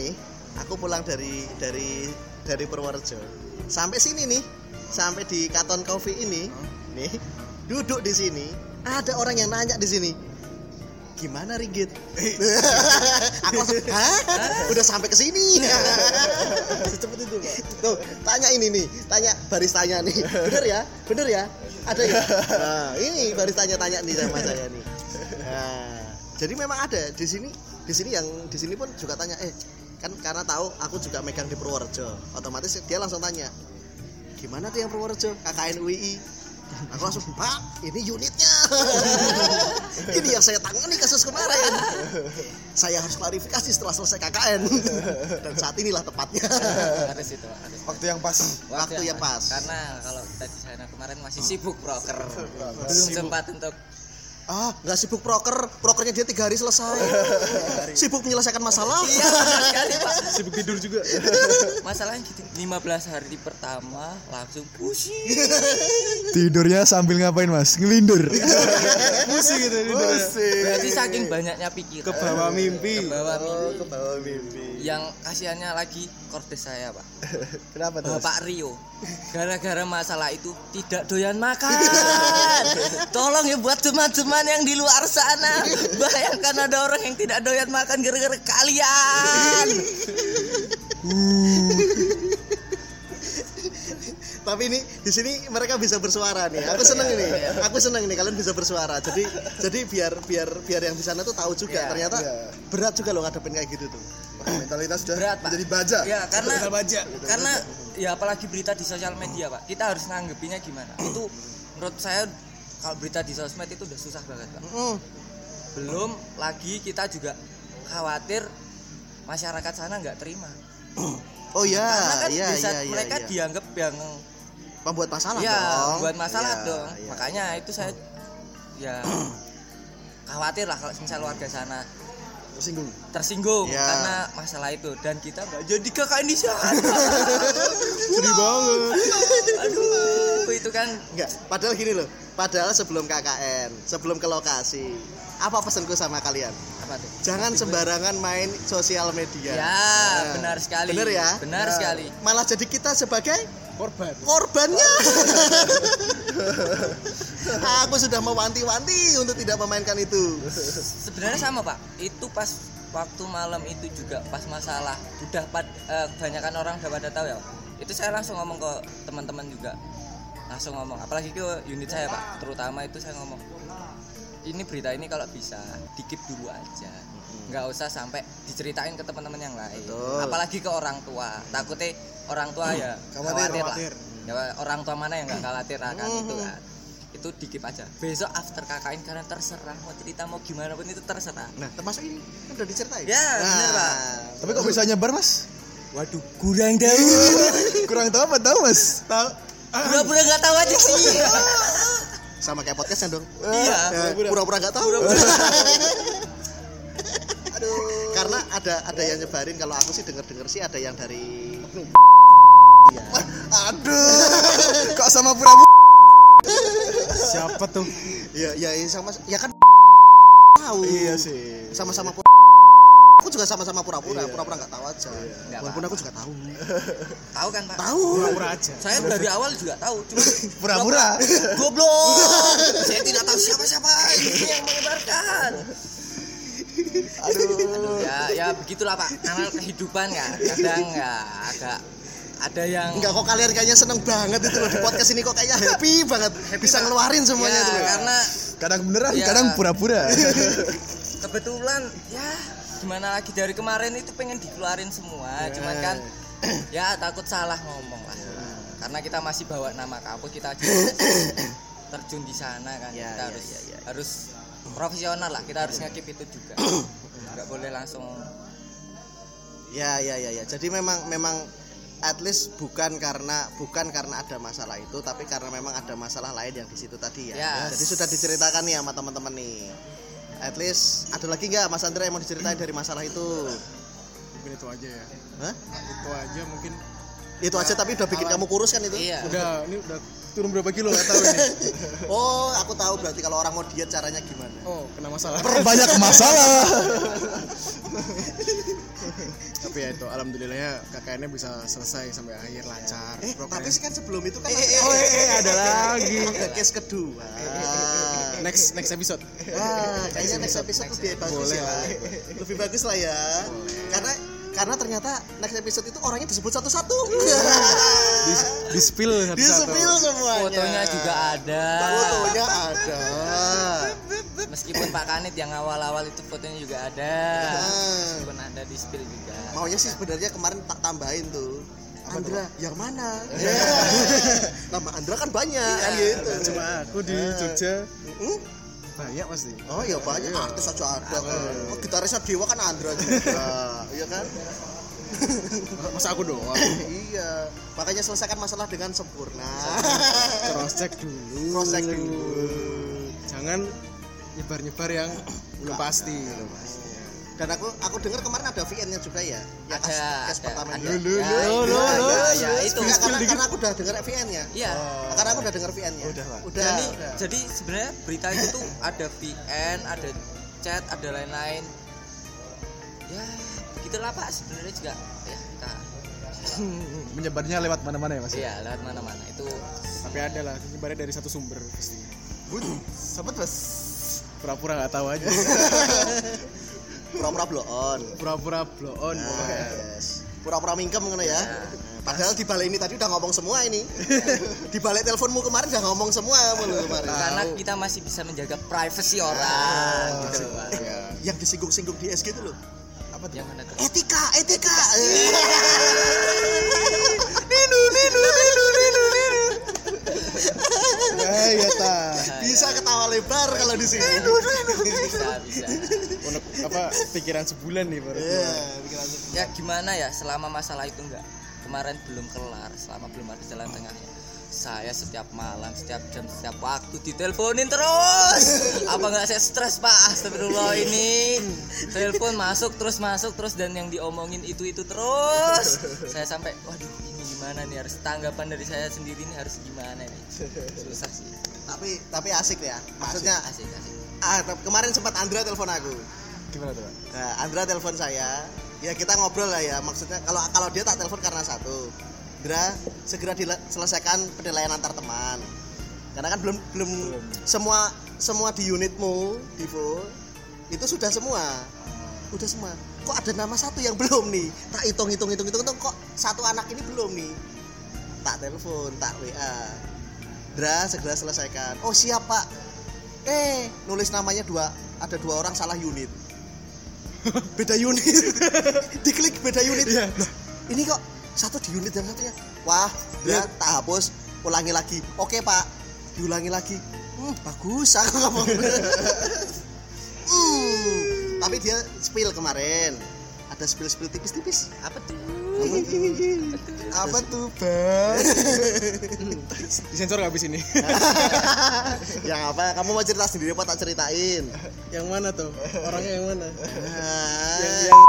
Speaker 1: dari Purworejo. Sampai sini nih, sampai di Katon Coffee ini, nih, duduk di sini, ada orang yang nanya di sini. Gimana Ringgit? Aku langsung, hah? Udah sampai ke sini. Secepat itu, Pak. Tuh, tanya ini nih, tanya baristanya nih. Bener ya? Ada ya? Nah, ini baristanya tanya nih sama saya nih. Nah, jadi memang ada di sini pun juga tanya, kan karena tahu aku juga megang di Purworejo, otomatis dia langsung tanya, gimana tuh yang Purworejo, KKN UII. Aku langsung, Pak, ini unitnya. Ini yang saya tangani kasus kemarin. Saya harus klarifikasi setelah selesai KKN. Dan saat inilah tepatnya.
Speaker 2: Harus.
Speaker 4: Waktu yang pas.
Speaker 1: Waktu yang pas.
Speaker 2: Karena kalau kita di sana kemarin masih sibuk proker. Belum sempat untuk
Speaker 1: Nggak sibuk prokernya dia 3 hari selesai. Sibuk menyelesaikan masalah.
Speaker 2: Iya, benar sekali Pak.
Speaker 3: Sibuk tidur juga.
Speaker 2: Masalahnya gitu. 15 hari pertama langsung pusing.
Speaker 5: Tidurnya sambil ngapain Mas? Ngelindur.
Speaker 3: Pusing gitu tidur.
Speaker 2: Berarti saking banyaknya pikiran.
Speaker 3: Ke bawah mimpi.
Speaker 1: Ke bawah mimpi.
Speaker 2: Yang kasihannya lagi kordes saya Pak.
Speaker 1: Kenapa tuh?
Speaker 2: Bapak Rio. Gara-gara masalah itu tidak doyan makan. Tolong ya buat teman-teman yang di luar sana. Bayangkan ada orang yang tidak doyan makan gara-gara kalian.
Speaker 1: Tapi ini di sini mereka bisa bersuara nih. Aku seneng ini. Aku seneng ini kalian bisa bersuara. Jadi biar yang di sana tuh tahu juga. Ternyata berat juga loh ngadepin kayak gitu tuh.
Speaker 4: Mentalitas sudah
Speaker 2: Berat, Pak.
Speaker 4: menjadi baja.
Speaker 2: Ya karena ya apalagi berita di sosial media Pak. Kita harus nanggepinnya gimana? Itu menurut saya kalau berita di sosmed itu udah susah banget Pak. Belum lagi kita juga khawatir masyarakat sana nggak terima.
Speaker 1: Oh iya.
Speaker 2: Karena kan
Speaker 1: Iya,
Speaker 2: di saat
Speaker 1: iya,
Speaker 2: mereka
Speaker 1: iya.
Speaker 2: dianggap yang
Speaker 1: Membuat masalah
Speaker 2: ya
Speaker 1: dong.
Speaker 2: buat masalah
Speaker 1: Iya,
Speaker 2: dong.
Speaker 1: iya.
Speaker 2: Makanya itu saya ya khawatir lah kalau misal warga sana tersinggung
Speaker 1: Ya.
Speaker 2: karena masalah itu dan kita nggak jadi KKN di sana.
Speaker 3: Sedih banget.
Speaker 2: Aduh, itu kan
Speaker 1: Enggak, padahal gini loh. Padahal sebelum KKN, sebelum ke lokasi, apa pesanku sama kalian?
Speaker 2: apa tuh?
Speaker 1: Jangan sembarangan main sosial media.
Speaker 2: Ya,
Speaker 1: Nah,
Speaker 2: benar sekali.
Speaker 1: Benar ya?
Speaker 2: Benar
Speaker 1: Nah,
Speaker 2: sekali.
Speaker 1: Malah jadi kita sebagai korbannya. Aku sudah mewanti-wanti untuk tidak memainkan itu.
Speaker 2: Sebenarnya sama Pak. Itu pas waktu malam itu juga pas masalah udah kebanyakan orang udah pada tahu ya Pak. Itu saya langsung ngomong ke teman-teman juga. Langsung ngomong, apalagi ke unit saya Pak. Terutama itu saya ngomong, ini berita ini kalau bisa dikip dulu aja. Nggak usah sampai diceritain ke teman-teman yang lain.
Speaker 1: Betul.
Speaker 2: Apalagi ke orang tua. Takutnya orang tua ya khawatir lah. Ya, orang tua mana yang nggak khawatir akan itu kan. Itu dikip aja. Besok after KKN kalian terserah mau cerita mau gimana pun itu terserah.
Speaker 1: Nah, termasuk ini kan udah diceritain.
Speaker 2: Ya, bener Pak.
Speaker 5: Tapi kok bisa nyebar Mas?
Speaker 2: Waduh, kurang tahu.
Speaker 5: Kurang tahu apa tahu Mas?
Speaker 1: Tahu.
Speaker 2: Pura-pura nggak tahu aja sih.
Speaker 1: Sama kayak podcastnya dong.
Speaker 2: Iya.
Speaker 1: Pura-pura nggak tahu.
Speaker 2: Aduh.
Speaker 1: Karena ada yang nyebarin, kalau aku sih denger sih ada yang dari ya.
Speaker 5: Aduh. Kok sama pura-pura?
Speaker 3: Siapa tuh?
Speaker 1: Ya sama ya kan tahu.
Speaker 5: Iya sih.
Speaker 1: Sama-sama aku juga sama-sama pura-pura nggak tahu aja. Walaupun aku juga tahu.
Speaker 2: Tahu kan Pak?
Speaker 1: Tahu.
Speaker 3: Pura-pura aja.
Speaker 2: Saya dari awal juga tahu, cuma
Speaker 5: Pura-pura.
Speaker 2: goblok. Saya tidak tahu siapa-siapa ini yang menyebarkan. Aduh. Ya begitulah Pak. Karena kehidupan ya kadang ya agak ada yang
Speaker 1: Enggak, kok kalian kayaknya seneng banget itu loh di podcast ini, kok kayaknya happy banget bisa ngeluarin semuanya
Speaker 2: ya,
Speaker 1: itu loh.
Speaker 2: karena
Speaker 5: Kadang beneran,
Speaker 2: Ya.
Speaker 5: kadang pura-pura.
Speaker 2: kebetulan ya gimana lagi dari kemarin itu pengen dikeluarin semua, cuman kan ya takut salah ngomong lah. Karena kita masih bawa nama kampus, kita juga terjun di sana kan.
Speaker 1: Ya,
Speaker 2: Kita
Speaker 1: ya.
Speaker 2: harus profesional lah, kita harus ngekip itu juga. Enggak boleh langsung
Speaker 1: Ya. Jadi memang at least bukan karena ada masalah itu, tapi karena memang ada masalah lain yang di situ tadi ya.
Speaker 2: Yes.
Speaker 1: Jadi sudah diceritakan nih sama teman-teman nih. At least ada lagi nggak Mas Andre yang mau diceritain dari masalah itu?
Speaker 3: mungkin itu aja ya.
Speaker 1: Hah?
Speaker 3: Itu aja mungkin.
Speaker 1: Itu aja tapi udah bikin kamu kurus kan itu?
Speaker 2: Iya.
Speaker 3: Ini udah turun berapa kilo nggak tahu ini.
Speaker 1: Oh, aku tahu berarti kalau orang mau diet caranya gimana.
Speaker 3: Oh, kena masalah.
Speaker 5: Banyak masalah.
Speaker 3: Tapi ya itu alhamdulillahnya KKN-nya bisa selesai sampai akhir lancar.
Speaker 1: Tapi kan sebelum itu kan
Speaker 3: ada lagi.
Speaker 1: ada case kedua.
Speaker 3: Next episode.
Speaker 1: Kayaknya next episode lebih bagus
Speaker 3: Boleh
Speaker 1: ya.
Speaker 3: lah.
Speaker 1: Lebih bagus lah ya. Karena ternyata next episode itu orangnya disebut satu-satu.
Speaker 3: Di spill satu-satu.
Speaker 1: Di-spill semuanya.
Speaker 2: Fotonya juga ada.
Speaker 1: Fotonya ada.
Speaker 2: Meskipun Pak Kanit yang awal-awal itu fotonya juga ada. Meskipun ada di spill juga.
Speaker 1: Maunya sih sebenarnya kemarin tak tambahin tuh. Andra, yang mana? Nama Andra kan banyak kan gitu.
Speaker 3: Cuma aku di Jogja. Banyak pasti.
Speaker 1: Oh iya banyak artis aja ada. Oh, gitarisnya Dewa kan Andra juga. Iya kan?
Speaker 3: Masa aku doang.
Speaker 1: Iya. Makanya selesaikan masalah dengan sempurna.
Speaker 3: Cross check dulu. Jangan nyebar-nyebar yang belum pasti.
Speaker 1: Dan aku dengar kemarin ada VN-nya juga ya. Yang case pertama
Speaker 2: ada.
Speaker 1: ini.
Speaker 2: Ya, itu.
Speaker 1: Karena aku udah dengar VN-nya.
Speaker 2: Iya.
Speaker 1: Karena aku udah dengar VN-nya. Udah.
Speaker 2: Jadi sebenarnya berita itu tuh ada VN, ada chat, ada lain-lain. Ya, begitulah Pak sebenarnya juga ya kita
Speaker 5: Menyebarnya lewat mana-mana ya Mas?
Speaker 2: iya, lewat mana-mana. Itu
Speaker 3: Tapi ada lah, nyebarnya dari satu sumber pasti.
Speaker 1: Sobat Bos.
Speaker 3: Pura-pura nggak tahu aja.
Speaker 1: Pura-pura blow on.
Speaker 3: Pura-pura blow on.
Speaker 1: Yes. Pura-pura mingkem ngono ya. Padahal di balik ini tadi udah ngomong semua ini. Di balik teleponmu kemarin udah ngomong semua kemarin.
Speaker 2: karena kita masih bisa menjaga privasi orang gitu Pak.
Speaker 1: Yang disinggung-singgung di SG itu loh.
Speaker 3: Apa tuh?
Speaker 2: Yang mana tuh?
Speaker 1: Etika.
Speaker 3: Ya ta.
Speaker 1: Bisa ketawa lebar kalau di sini.
Speaker 2: Bisa.
Speaker 3: Untuk apa pikiran sebulan nih baru.
Speaker 1: Iya,
Speaker 3: keluar.
Speaker 1: pikiran aku.
Speaker 2: Ya gimana ya selama masalah itu kemarin belum kelar, selama belum ada jalan tengahnya. Saya setiap malam, setiap jam, setiap waktu diteleponin terus. Apa nggak saya stres Pak? Astagfirullah ini. Telepon masuk terus dan yang diomongin itu terus. Saya sampai waduh ini gimana nih, harus tanggapan dari saya sendiri nih harus gimana nih. Susah sih.
Speaker 1: Tapi asik ya. Maksudnya
Speaker 2: asik.
Speaker 1: kemarin sempat Andra telepon aku.
Speaker 3: Gimana tuh? Pak?
Speaker 1: Nah, Andra telepon saya. Ya kita ngobrol lah ya. Maksudnya kalau dia tak telepon karena satu. Andra segera diselesaikan penilaian antar teman. Karena kan belum semua di unitmu, Divo, itu sudah semua. Udah semua. Kok ada nama satu yang belum nih? Tak hitung kok satu anak ini belum nih. Tak telepon, tak WA. Andra segera selesaikan. Oh, siap, Pak. Nulis namanya ada dua orang salah unit. Beda unit. Diklik beda unit.
Speaker 3: Iya.
Speaker 1: Loh, ini kok satu di unit dan satunya. Wah, dia tak hapus, ulangi lagi. Oke, Pak. Diulangi lagi. Bagus aku ngomong. Tapi dia spill kemarin. Ada spill tipis-tipis.
Speaker 2: Apa tuh?
Speaker 1: Apa tuh, Bang?
Speaker 3: Disensor nggak habis ini?
Speaker 1: Yang apa? Kamu mau cerita sendiri apa tak ceritain?
Speaker 3: Yang mana tuh? Orangnya yang mana?
Speaker 1: Yang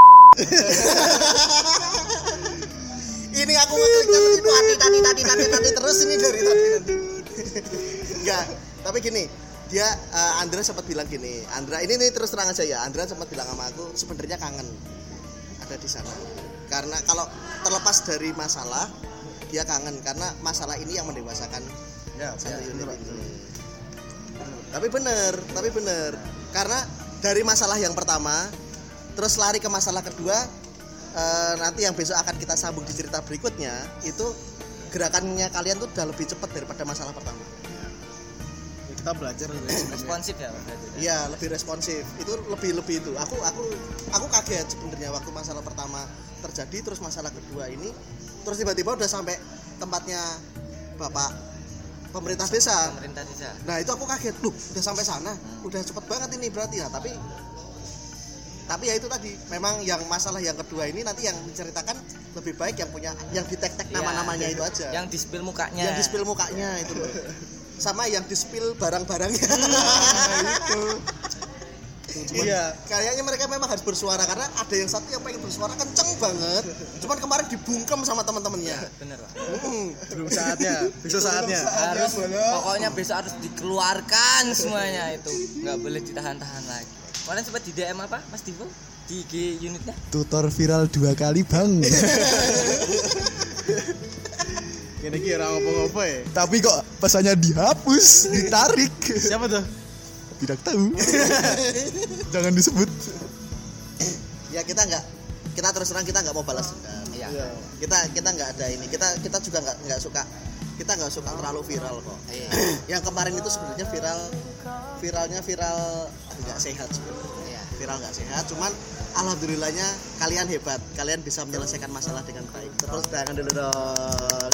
Speaker 1: ini aku ngeklik tadi terus ini dari tadi. Enggak, tapi gini, dia Andra sempat bilang gini. Andra ini terus terang aja ya. Andra sempat bilang sama aku sebenarnya kangen ada di sana. Karena kalau terlepas dari masalah, dia kangen karena masalah ini yang mendewasakan satu unit ini. Tapi bener. Karena dari masalah yang pertama, terus lari ke masalah kedua, nanti yang besok akan kita sambung di cerita berikutnya, itu gerakannya kalian tuh udah lebih cepat daripada masalah pertama.
Speaker 3: Ya, kita belajar
Speaker 2: Responsif ya berarti.
Speaker 1: Iya, lebih responsif. Itu lebih itu. Aku kaget sebenarnya waktu masalah pertama terjadi, terus masalah kedua ini, terus tiba-tiba udah sampai tempatnya Bapak pemerintah desa. Nah, itu aku kaget. Loh, udah sampai sana. Udah cepet banget ini berarti ya. Tapi ya itu tadi, memang yang masalah yang kedua ini nanti yang menceritakan lebih baik yang punya, yang di-tag nama-namanya itu aja.
Speaker 2: Yang di-spill mukanya.
Speaker 1: Yang di-spill mukanya itu loh. Sama yang di-spill barang-barangnya. Itu. Iya, kayaknya mereka memang harus bersuara karena ada yang satu yang pengen bersuara kenceng banget. Cuman kemarin dibungkem sama teman-temannya.
Speaker 2: Bener Pak.
Speaker 3: Belum saatnya, besok saatnya.
Speaker 2: Harus pokoknya besok harus dikeluarkan semuanya itu. Nggak boleh ditahan-tahan lagi. Kemarin sempat di DM apa Mas Divo? Di IG unitnya?
Speaker 5: Tutor viral 2 kali bang.
Speaker 3: Ini kira ngopo-ngopo ya.
Speaker 5: Tapi kok pesannya dihapus, ditarik.
Speaker 3: Siapa tuh?
Speaker 5: Tidak tahu. Jangan disebut.
Speaker 1: Ya kita terus terang kita nggak mau balas dendam.
Speaker 2: Iya.
Speaker 1: Kita nggak ada ini. Kita juga nggak suka. Kita nggak suka terlalu viral kok.
Speaker 2: Iya.
Speaker 1: Yang kemarin itu sebenarnya viralnya nggak sehat sebenarnya.
Speaker 2: Iya.
Speaker 1: Viral nggak sehat. Cuman alhamdulillahnya kalian hebat. Kalian bisa menyelesaikan masalah dengan baik. Terus tangan dulu dong.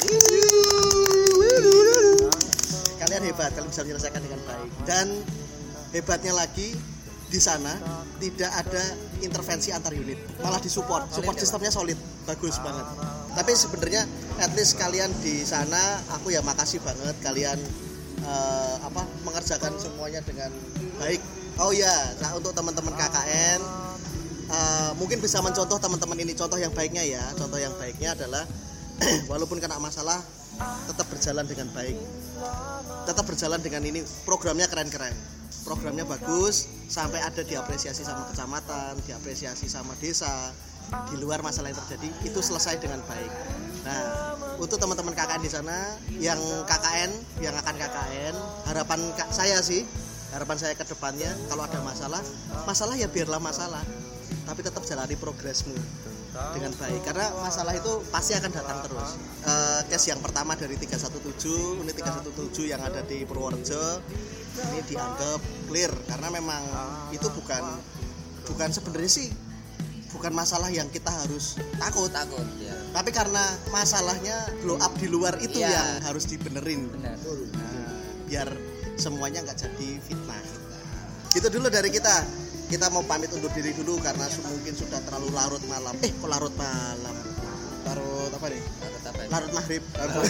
Speaker 1: Kalian hebat. Kalian bisa menyelesaikan dengan baik. Dan hebatnya lagi di sana tidak ada intervensi antar unit, malah disupport. Support sistemnya solid, bagus banget. Tapi sebenarnya at least kalian di sana, aku ya makasih banget kalian mengerjakan semuanya dengan baik. Oh ya, nah untuk teman-teman KKN mungkin bisa mencontoh teman-teman ini. Contoh yang baiknya ya, contoh yang baiknya adalah walaupun kena masalah tetap berjalan dengan baik, tetap berjalan dengan ini. Programnya keren-keren, programnya bagus, sampai ada diapresiasi sama kecamatan, diapresiasi sama desa. Di luar masalah yang terjadi itu selesai dengan baik. Nah, untuk teman-teman KKN di sana yang KKN, yang akan KKN, harapan saya ke depannya kalau ada masalah ya biarlah masalah, tapi tetap jalani progresmu dengan baik, karena masalah itu pasti akan datang terus. Case yang pertama dari 317, unit 317 yang ada di Purworejo ini dianggap clear karena memang itu bukan sebenarnya sih bukan masalah yang kita harus takut ya. Tapi karena masalahnya blow up di luar itu
Speaker 2: ya,
Speaker 1: yang harus dibenerin.
Speaker 2: Benar.
Speaker 1: Nah, biar semuanya nggak jadi fitnah. Gitu dulu dari kita. Kita mau pamit undur diri dulu karena mungkin sudah terlalu larut malam. Kok larut malam? Larut apa nih? Larut maghrib.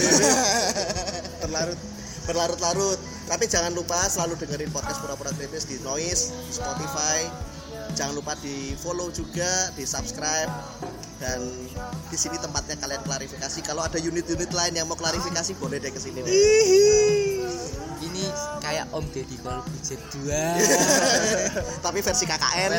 Speaker 1: Berlarut-larut. Tapi jangan lupa selalu dengerin podcast Pura-Pura Kritis di Noise, di Spotify. Jangan lupa di follow juga, di subscribe. Dan di sini tempatnya kalian klarifikasi. Kalau ada unit-unit lain yang mau klarifikasi boleh deh kesini deh.
Speaker 2: Ini kayak Om Deddy Corbuzier 2.
Speaker 1: Tapi versi KKN.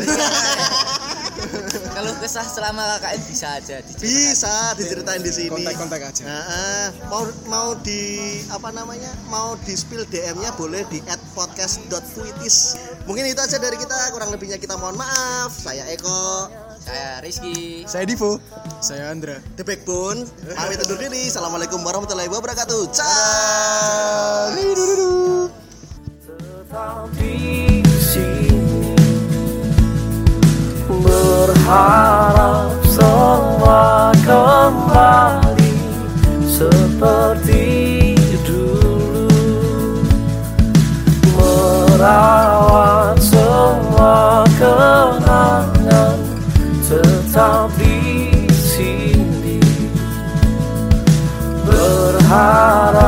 Speaker 2: Kalau kesah selama KKN bisa aja
Speaker 1: bisa diceritain di sini.
Speaker 3: Kontak aja.
Speaker 1: Mau di mau di spill DM-nya boleh di @podcast.puitis. Mungkin itu aja dari kita, kurang lebihnya kita mohon maaf. Saya Eko,
Speaker 2: saya Rizky,
Speaker 5: Saya Divo.
Speaker 3: Saya Andra.
Speaker 1: The Backbone. Pamit undur diri. Assalamualaikum warahmatullahi wabarakatuh. Ciao.
Speaker 6: Tetap di sini berharap semua kembali seperti dulu, merawat semua kenangan tetap di sini, berharap